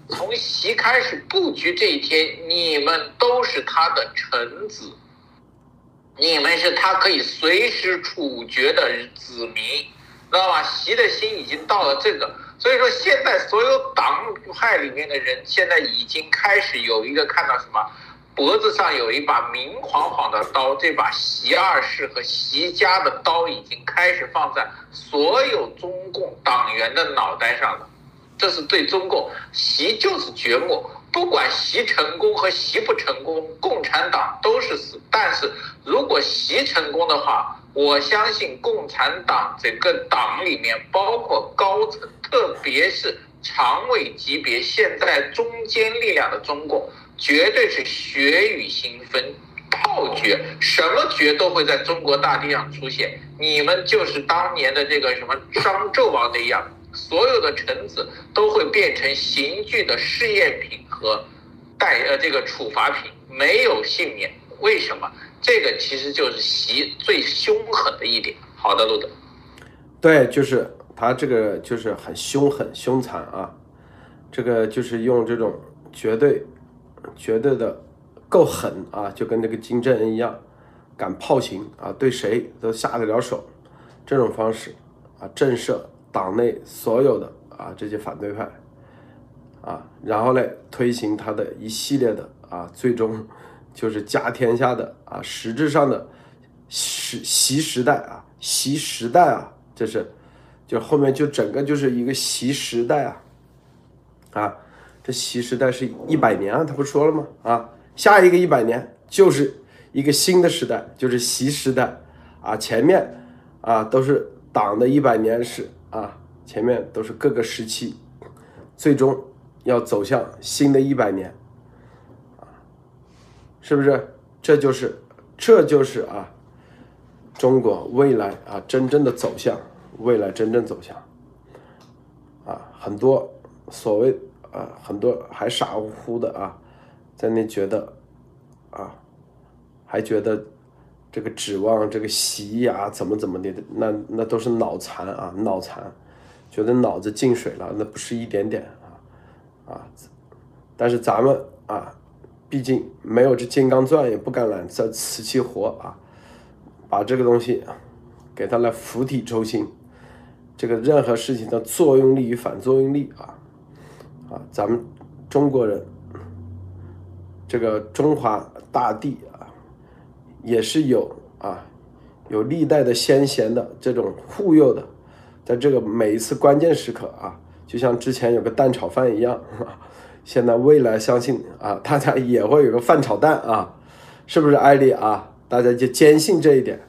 从习开始布局这一天，你们都是他的臣子，你们是他可以随时处决的子民，知道吧？习的心已经到了这个，所以说现在所有党派里面的人，现在已经开始有一个看到什么，脖子上有一把明晃晃的刀，这把习二世和习家的刀已经开始放在所有中共党员的脑袋上了。这是对中共，习就是掘墓，不管习成功和习不成功，共产党都是死。但是如果习成功的话，我相信共产党这个党里面，包括高层，特别是常委级别，现在中坚力量的中共，绝对是血雨腥风，炮决，什么决都会在中国大地上出现。你们就是当年的这个什么商纣王那样，所有的臣子都会变成刑具的试验品和待呃这个处罚品，没有幸免。为什么？这个其实就是习最凶狠的一点。好的，路德。 对，就是他这个就是很凶狠凶残啊，这个就是用这种绝对绝对的够狠啊，就跟这个金正恩一样，敢炮刑啊，对谁都下得了手，这种方式啊震慑党内所有的啊这些反对派啊，然后呢推行他的一系列的啊，最终就是家天下的啊，实质上的习习时代啊，习时代啊，这是就后面就整个就是一个习时代啊啊，这习时代是一百年啊，他不说了吗？啊，下一个一百年就是一个新的时代，就是习时代啊，前面啊都是党的一百年史啊，前面都是各个时期，最终要走向新的一百年，啊，是不是？这就是这就是啊，中国未来啊真正的走向，未来真正走向，啊，很多所谓啊很多还傻乎乎的啊，在那觉得啊，还觉得这个指望这个习呀、啊、怎么怎么的，那那都是脑残啊，脑残，觉得脑子进水了，那不是一点点啊啊！但是咱们啊，毕竟没有这金刚钻，也不敢揽这瓷器活啊，把这个东西给它来釜底抽薪，这个任何事情的作用力与反作用力啊啊，咱们中国人，这个中华大地啊，也是有啊，有历代的先贤的这种护佑的，在这个每一次关键时刻啊，就像之前有个蛋炒饭一样，啊、现在未来相信啊，大家也会有个饭炒蛋啊，是不是艾丽啊？大家就坚信这一点。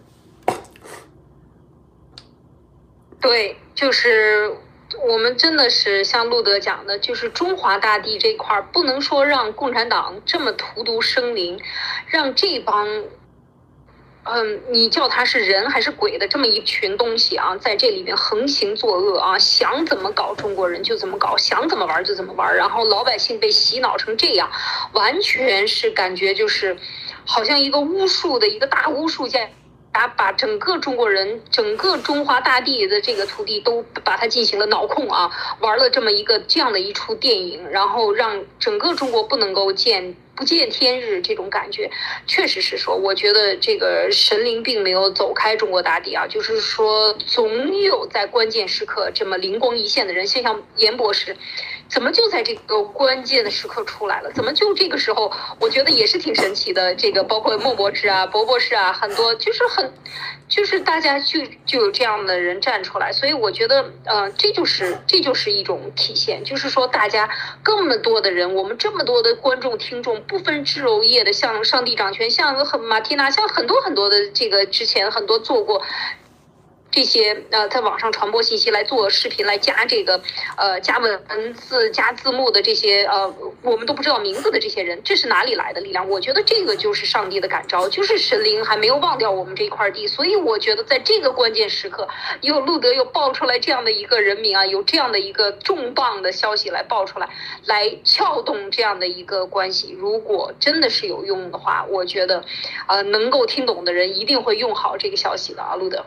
对，就是我们真的是像路德讲的，就是中华大地这块不能说让共产党这么荼毒生灵，让这帮嗯，你叫他是人还是鬼的这么一群东西啊，在这里面横行作恶啊，想怎么搞中国人就怎么搞，想怎么玩就怎么玩，然后老百姓被洗脑成这样，完全是感觉就是好像一个巫术的一个大巫术家把把整个中国人，整个中华大地的这个土地都把它进行了脑控啊，玩了这么一个这样的一出电影，然后让整个中国不能够见不见天日，这种感觉确实是说，我觉得这个神灵并没有走开中国大地啊，就是说总有在关键时刻这么灵光一现的人，像像严博士，怎么就在这个关键的时刻出来了？怎么就这个时候？我觉得也是挺神奇的。这个包括孟博士啊、博博士啊，很多就是很，就是大家就就有这样的人站出来，所以我觉得，呃，这就是这就是一种体现，就是说大家这么多的人，我们这么多的观众听众，不分枝柔叶的，像上帝掌权，像很马缇娜，像很多很多的这个之前很多做过。这些呃，在网上传播信息来做视频来加这个呃加文字加字幕的这些呃我们都不知道名字的这些人，这是哪里来的力量？我觉得这个就是上帝的感召，就是神灵还没有忘掉我们这一块地，所以我觉得在这个关键时刻，有路德又爆出来这样的一个人名啊，有这样的一个重磅的消息来爆出来，来撬动这样的一个关系。如果真的是有用的话，我觉得呃能够听懂的人一定会用好这个消息的啊，路德。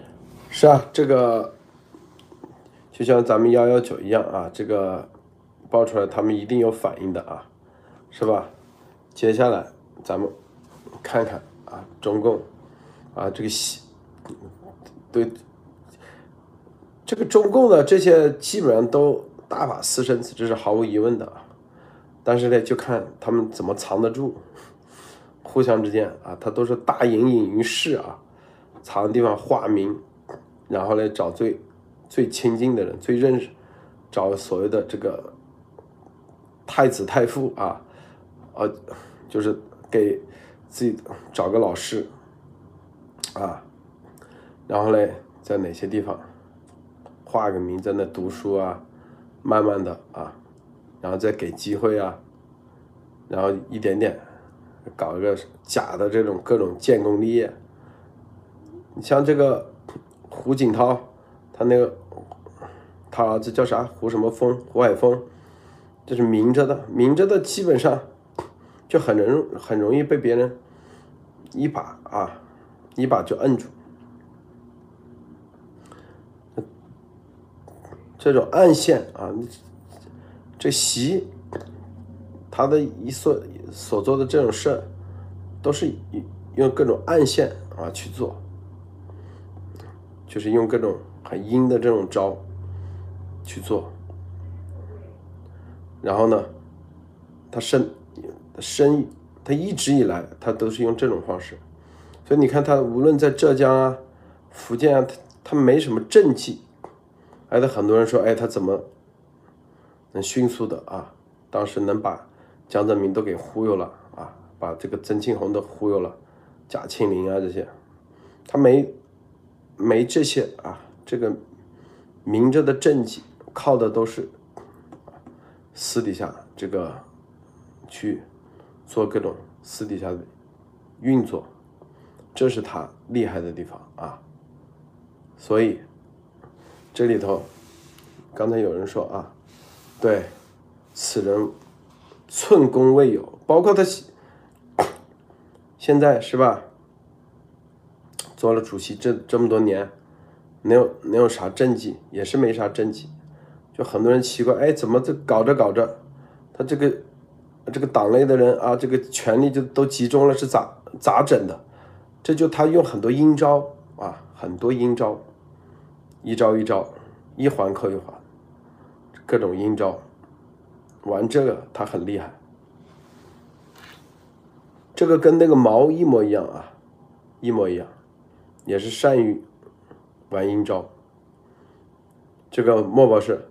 是啊，这个就像咱们幺幺九一样啊，这个爆出来，他们一定有反应的啊，是吧？接下来咱们看看啊，中共啊这个西对这个中共的这些基本上都大把私生子，这是毫无疑问的啊。但是呢，就看他们怎么藏得住，互相之间啊，他都是大隐隐于市啊，藏的地方化名，然后呢找最最亲近的人，最认识，找所谓的这个太子太傅啊，呃，就是给自己找个老师啊，然后呢在哪些地方画个名，在那读书啊，慢慢的啊。然后再给机会啊，然后一点点搞一个假的这种各种建功立业。你像这个胡锦涛，他那个他儿子叫啥？胡什么峰？胡海峰，这是明着的，明着的基本上就很容很容易被别人一把啊一把就摁住。这种暗线啊。这习他的一所所做的这种事都是用各种暗线啊去做，就是用各种很阴的这种招去做。然后呢，他生生他一直以来他都是用这种方式，所以你看他无论在浙江啊、福建啊，他他没什么政绩，哎，他很多人说，哎，他怎么能迅速的啊，当时能把江泽民都给忽悠了啊，把这个曾庆红都忽悠了，贾庆林啊这些，他没没这些啊，这个明着的政绩，靠的都是私底下这个去做各种私底下的运作，这是他厉害的地方啊。所以这里头刚才有人说啊，对，此人寸功未有，包括他现在是吧，做了主席这这么多年，能有能有啥政绩？也是没啥政绩。就很多人奇怪，哎，怎么这搞着搞着，他这个这个党内的人啊，这个权力就都集中了，是咋咋整的？这就他用很多阴招啊，很多阴招，一招一招，一环扣一环，各种阴招，玩这个他很厉害。这个跟那个毛一模一样啊，一模一样，也是善于玩阴招。这个莫博士。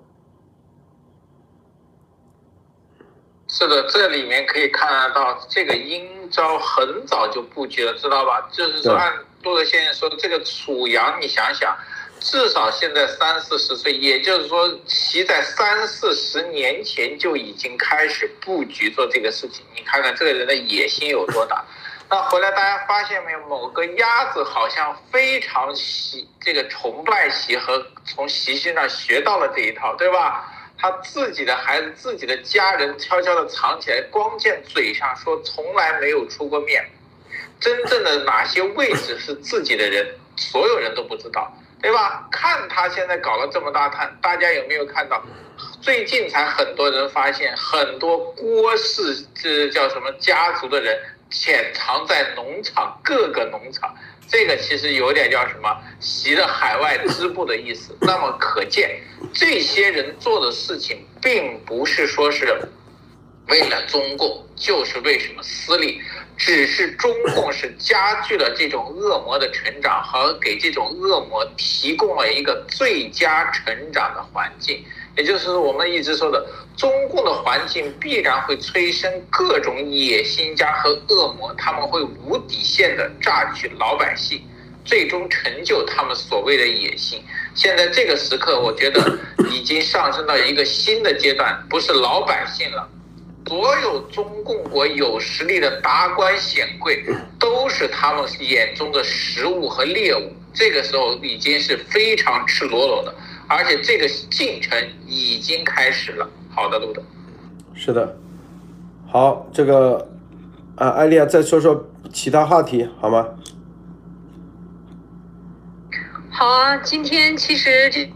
是的，这里面可以看得到，这个阴招很早就布局了，知道吧？就是说，按陆德先生说，这个楚阳，你想想，至少现在三四十岁，也就是说，习在三四十年前就已经开始布局做这个事情。你看看这个人的野心有多大。那回来大家发现没有，某个鸭子好像非常习这个崇拜习和从习身上学到了这一套，对吧？他自己的孩子、自己的家人悄悄地藏起来，光见嘴上说从来没有出过面，真正的哪些位置是自己的人，所有人都不知道，对吧？看他现在搞了这么大摊，大家有没有看到？最近才很多人发现，很多郭氏这叫什么家族的人潜藏在农场，各个农场。这个其实有点叫什么习的海外支部的意思。那么可见这些人做的事情并不是说是为了中共，就是为什么私利，只是中共是加剧了这种恶魔的成长，和给这种恶魔提供了一个最佳成长的环境。也就是我们一直说的，中共的环境必然会催生各种野心家和恶魔，他们会无底线的榨取老百姓，最终成就他们所谓的野心。现在这个时刻，我觉得已经上升到一个新的阶段，不是老百姓了，所有中共国有实力的达官显贵都是他们眼中的食物和猎物。这个时候已经是非常赤裸裸的，而且这个进程已经开始了。好的，路德。 是的，好，这个啊，艾丽亚再说说其他话题好吗？ 好啊，今天其实这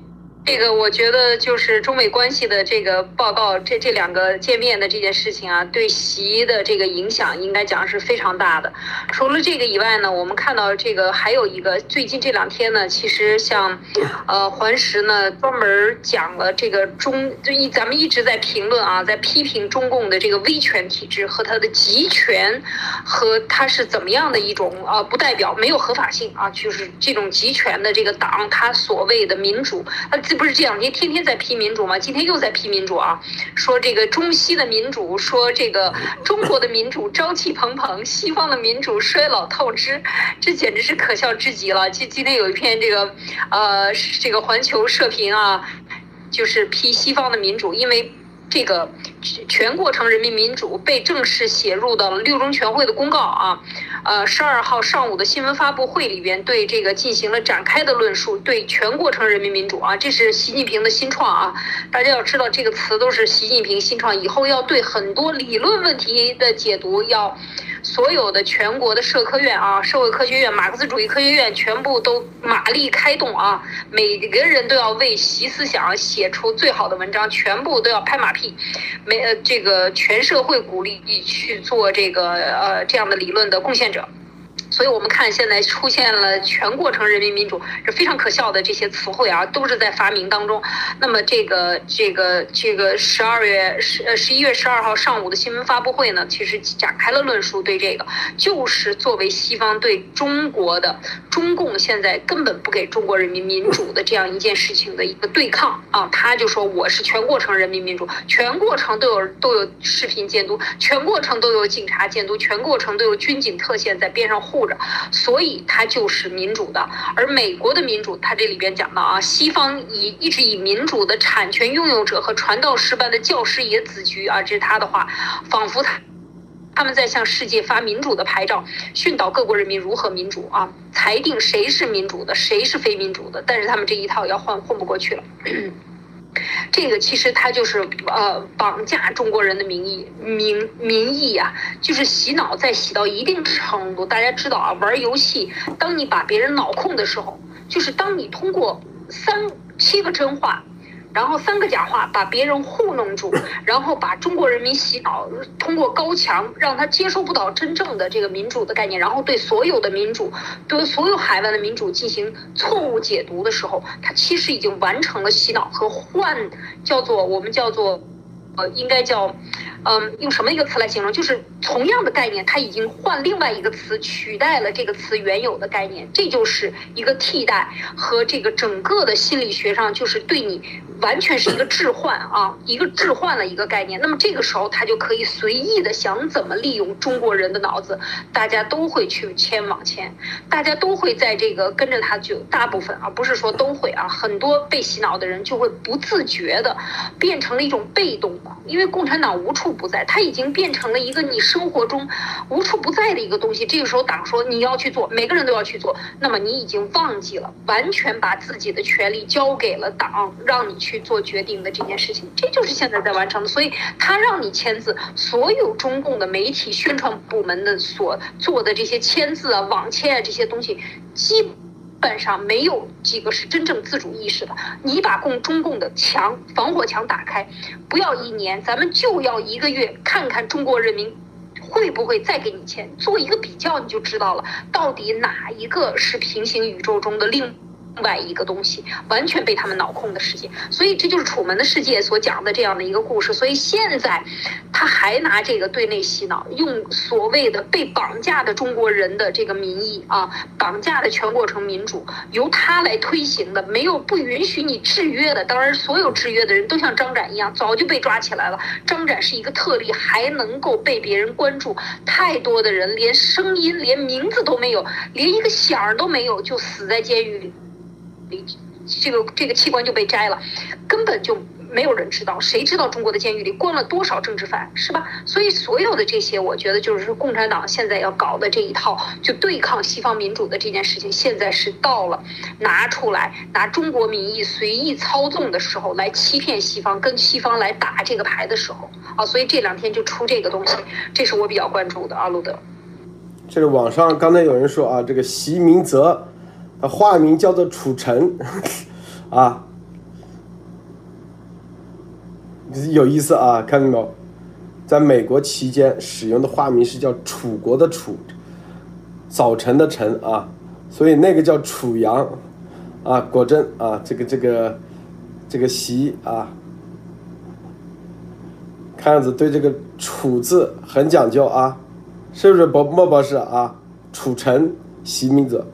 这个我觉得就是中美关系的这个报告，这这两个见面的这件事情啊，对习的这个影响应该讲是非常大的。除了这个以外呢，我们看到这个还有一个，最近这两天呢，其实像呃环时呢专门讲了这个中，就一咱们一直在评论啊，在批评中共的这个威权体制和它的集权，和它是怎么样的一种啊不代表没有合法性啊，就是这种集权的这个党，它所谓的民主，它这不是这两天天天在批民主吗？今天又在批民主啊，说这个中西的民主，说这个中国的民主朝气蓬勃，西方的民主衰老透支，这简直是可笑至极了。今今天有一篇这个呃这个环球社评啊，就是批西方的民主，因为这个全过程人民民主被正式写入到了六中全会的公告啊，呃，十二号上午的新闻发布会里边对这个进行了展开的论述，对全过程人民民主啊，这是习近平的新创啊，大家要知道这个词都是习近平新创，以后要对很多理论问题的解读要。所有的全国的社科院啊，社会科学院、马克思主义科学院全部都马力开动啊，每个人都要为习思想写出最好的文章，全部都要拍马屁，没呃这个全社会鼓励去做这个呃这样的理论的贡献者。所以我们看现在出现了全过程人民民主，是非常可笑的这些词汇啊，都是在发明当中。那么这个这个这个十二月十呃十一月十二号上午的新闻发布会呢，其实展开了论述，对这个就是作为西方对中国的中共现在根本不给中国人民民主的这样一件事情的一个对抗啊，他就说我是全过程人民民主，全过程都有都有视频监督，全过程都有警察监督，全过程都有军警特线在边上护着，所以它就是民主的。而美国的民主，它这里边讲到啊，西方以一直以民主的产权拥有者和传道士般的教师爷自居啊，这是他的话，仿佛他他们在向世界发民主的牌照，训导各国人民如何民主啊，裁定谁是民主的，谁是非民主的。但是他们这一套要混混不过去了。这个其实它就是呃绑架中国人的民意民民意啊，就是洗脑，在洗到一定程度。大家知道啊，玩游戏，当你把别人脑控的时候，就是当你通过三七个真话，然后三个假话把别人糊弄住，然后把中国人民洗脑，通过高墙让他接受不到真正的这个民主的概念，然后对所有的民主，对所有海外的民主进行错误解读的时候，他其实已经完成了洗脑和换，叫做我们叫做呃应该叫嗯，用什么一个词来形容？就是同样的概念，它已经换另外一个词取代了这个词原有的概念，这就是一个替代和这个整个的心理学上就是对你完全是一个置换啊，一个置换了一个概念。那么这个时候，他就可以随意的想怎么利用中国人的脑子，大家都会去牵往前，大家都会在这个跟着他，就大部分啊，不是说都会啊，很多被洗脑的人就会不自觉的变成了一种被动的，因为共产党无处不在，它已经变成了一个你生活中无处不在的一个东西。这个时候党说你要去做，每个人都要去做，那么你已经忘记了完全把自己的权利交给了党，让你去做决定的这件事情，这就是现在在完成的。所以他让你签字，所有中共的媒体宣传部门的所做的这些签字啊、网签啊这些东西，基本基本上没有几个是真正自主意识的。你把共中共的墙防火墙打开，不要一年，咱们就要一个月，看看中国人民会不会再给你钱，做一个比较，你就知道了，到底哪一个是平行宇宙中的另外一个东西，完全被他们脑控的世界。所以这就是楚门的世界所讲的这样的一个故事。所以现在他还拿这个对内洗脑，用所谓的被绑架的中国人的这个民意啊，绑架的全过程民主，由他来推行的，没有不允许你制约的。当然所有制约的人都像张展一样早就被抓起来了，张展是一个特例，还能够被别人关注。太多的人连声音连名字都没有，连一个响都没有，就死在监狱里，这个这个器官就被摘了，根本就没有人知道，谁知道中国的监狱里关了多少政治犯，是吧？所以所有的这些，我觉得就是共产党现在要搞的这一套，就对抗西方民主的这件事情，现在是到了拿出来拿中国民意随意操纵的时候，来欺骗西方，跟西方来打这个牌的时候啊，所以这两天就出这个东西，这是我比较关注的啊，路德。 这个网上刚才有人说啊，这个习明泽。他化名叫做楚尘，啊， 有意思啊，看到没有？在美国期间使用的化名是叫楚国的楚，早晨的晨啊，所以那个叫楚阳啊，果真啊，这个这个这个习啊，看样子对这个楚字很讲究啊，是不是莫莫博士啊？楚臣习名者。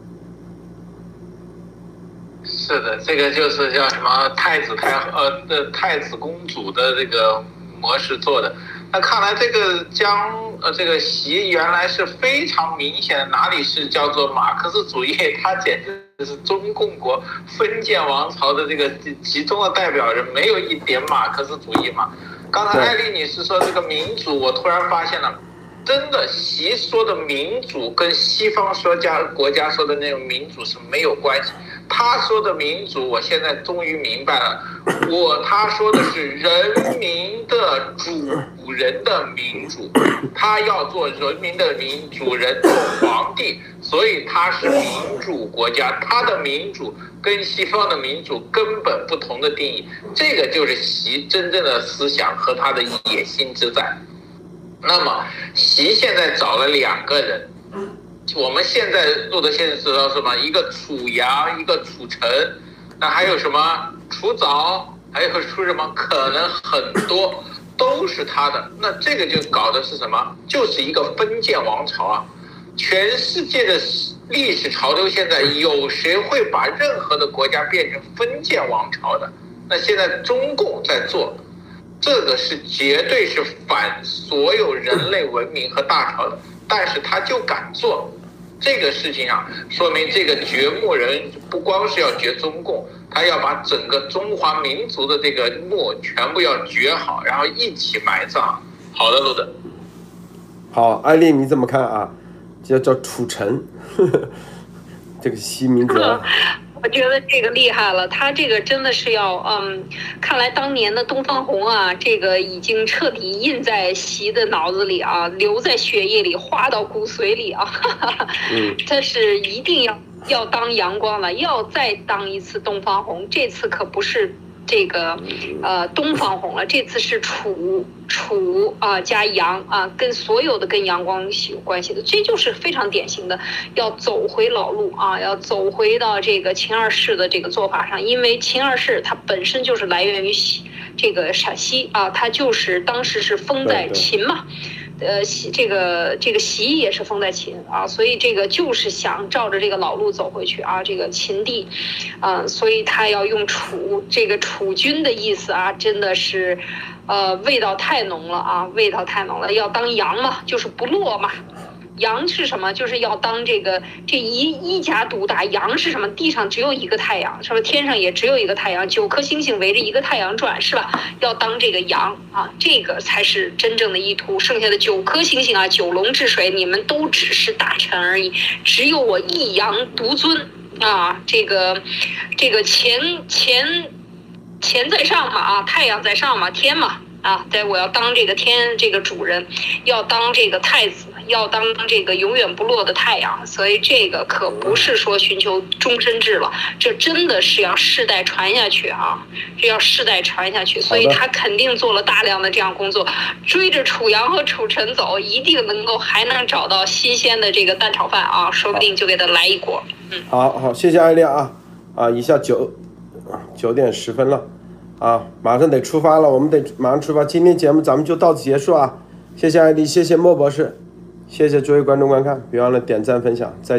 是的，这个就是叫什么太子太呃的太子公主的这个模式做的。那看来这个将呃这个习原来是非常明显的，哪里是叫做马克思主义，他简直是中共国封建王朝的这个集中的代表人，没有一点马克思主义嘛。刚才艾丽女士说这个民主，我突然发现了。真的，习说的民主跟西方说家国家说的那种民主是没有关系。他说的民主，我现在终于明白了，我他说的是人民的主人的民主，他要做人民的民主人，做皇帝，所以他是民主国家。他的民主跟西方的民主根本不同的定义，这个就是习真正的思想和他的野心之在。那么习现在找了两个人，我们现在录的现在知道什么？一个楚阳，一个楚臣，那还有什么楚早，还有楚什么？可能很多都是他的。那这个就搞的是什么？就是一个封建王朝啊！全世界的历史潮流现在有谁会把任何的国家变成封建王朝的？那现在中共在做。这个是绝对是反所有人类文明和大潮的，但是他就敢做这个事情啊，说明这个掘墓人不光是要掘中共，他要把整个中华民族的这个墓全部要掘好，然后一起埋葬。好的，路德。 好，艾丽你怎么看啊？这叫楚臣，呵呵，这个西名字。 我觉得这个厉害了，他这个真的是要，嗯，看来当年的东方红啊，这个已经彻底印在习的脑子里啊，留在血液里，化到骨髓里啊，哈哈，嗯，他是一定要要当阳光了，要再当一次东方红，这次可不是这个呃东方红了，这次是楚楚啊加阳啊，跟所有的跟阳光有关系的，这就是非常典型的要走回老路啊，要走回到这个秦二世的这个做法上，因为秦二世它本身就是来源于这个陕西啊，它就是当时是封在秦嘛。呃，这个这个习也是封在秦啊，所以这个就是想照着这个老路走回去啊，这个秦地，啊，所以他要用楚这个楚军的意思啊，真的是，呃，味道太浓了啊，味道太浓了，要当阳嘛，就是不落嘛。阳是什么？就是要当这个这一一家独大。阳是什么？地上只有一个太阳，是吧？天上也只有一个太阳，九颗星星围着一个太阳转，是吧？要当这个阳啊，这个才是真正的意图。剩下的九颗星星啊，九龙治水，你们都只是大臣而已，只有我一阳独尊啊！这个这个钱钱钱在上嘛啊，太阳在上嘛，天嘛。啊，对，我要当这个天这个主人，要当这个太子，要当这个永远不落的太阳，所以这个可不是说寻求终身制了，这真的是要世代传下去啊，这要世代传下去，所以他肯定做了大量的这样工作，追着楚阳和楚臣走，一定能够还能找到新鲜的这个蛋炒饭啊，说不定就给他来一锅。嗯， 好好，谢谢艾丽啊啊，一下九九点十分了。啊，马上得出发了，我们得马上出发。今天节目咱们就到此结束啊！谢谢艾丽，谢谢莫博士，谢谢诸位观众观看，别忘了点赞分享，再见。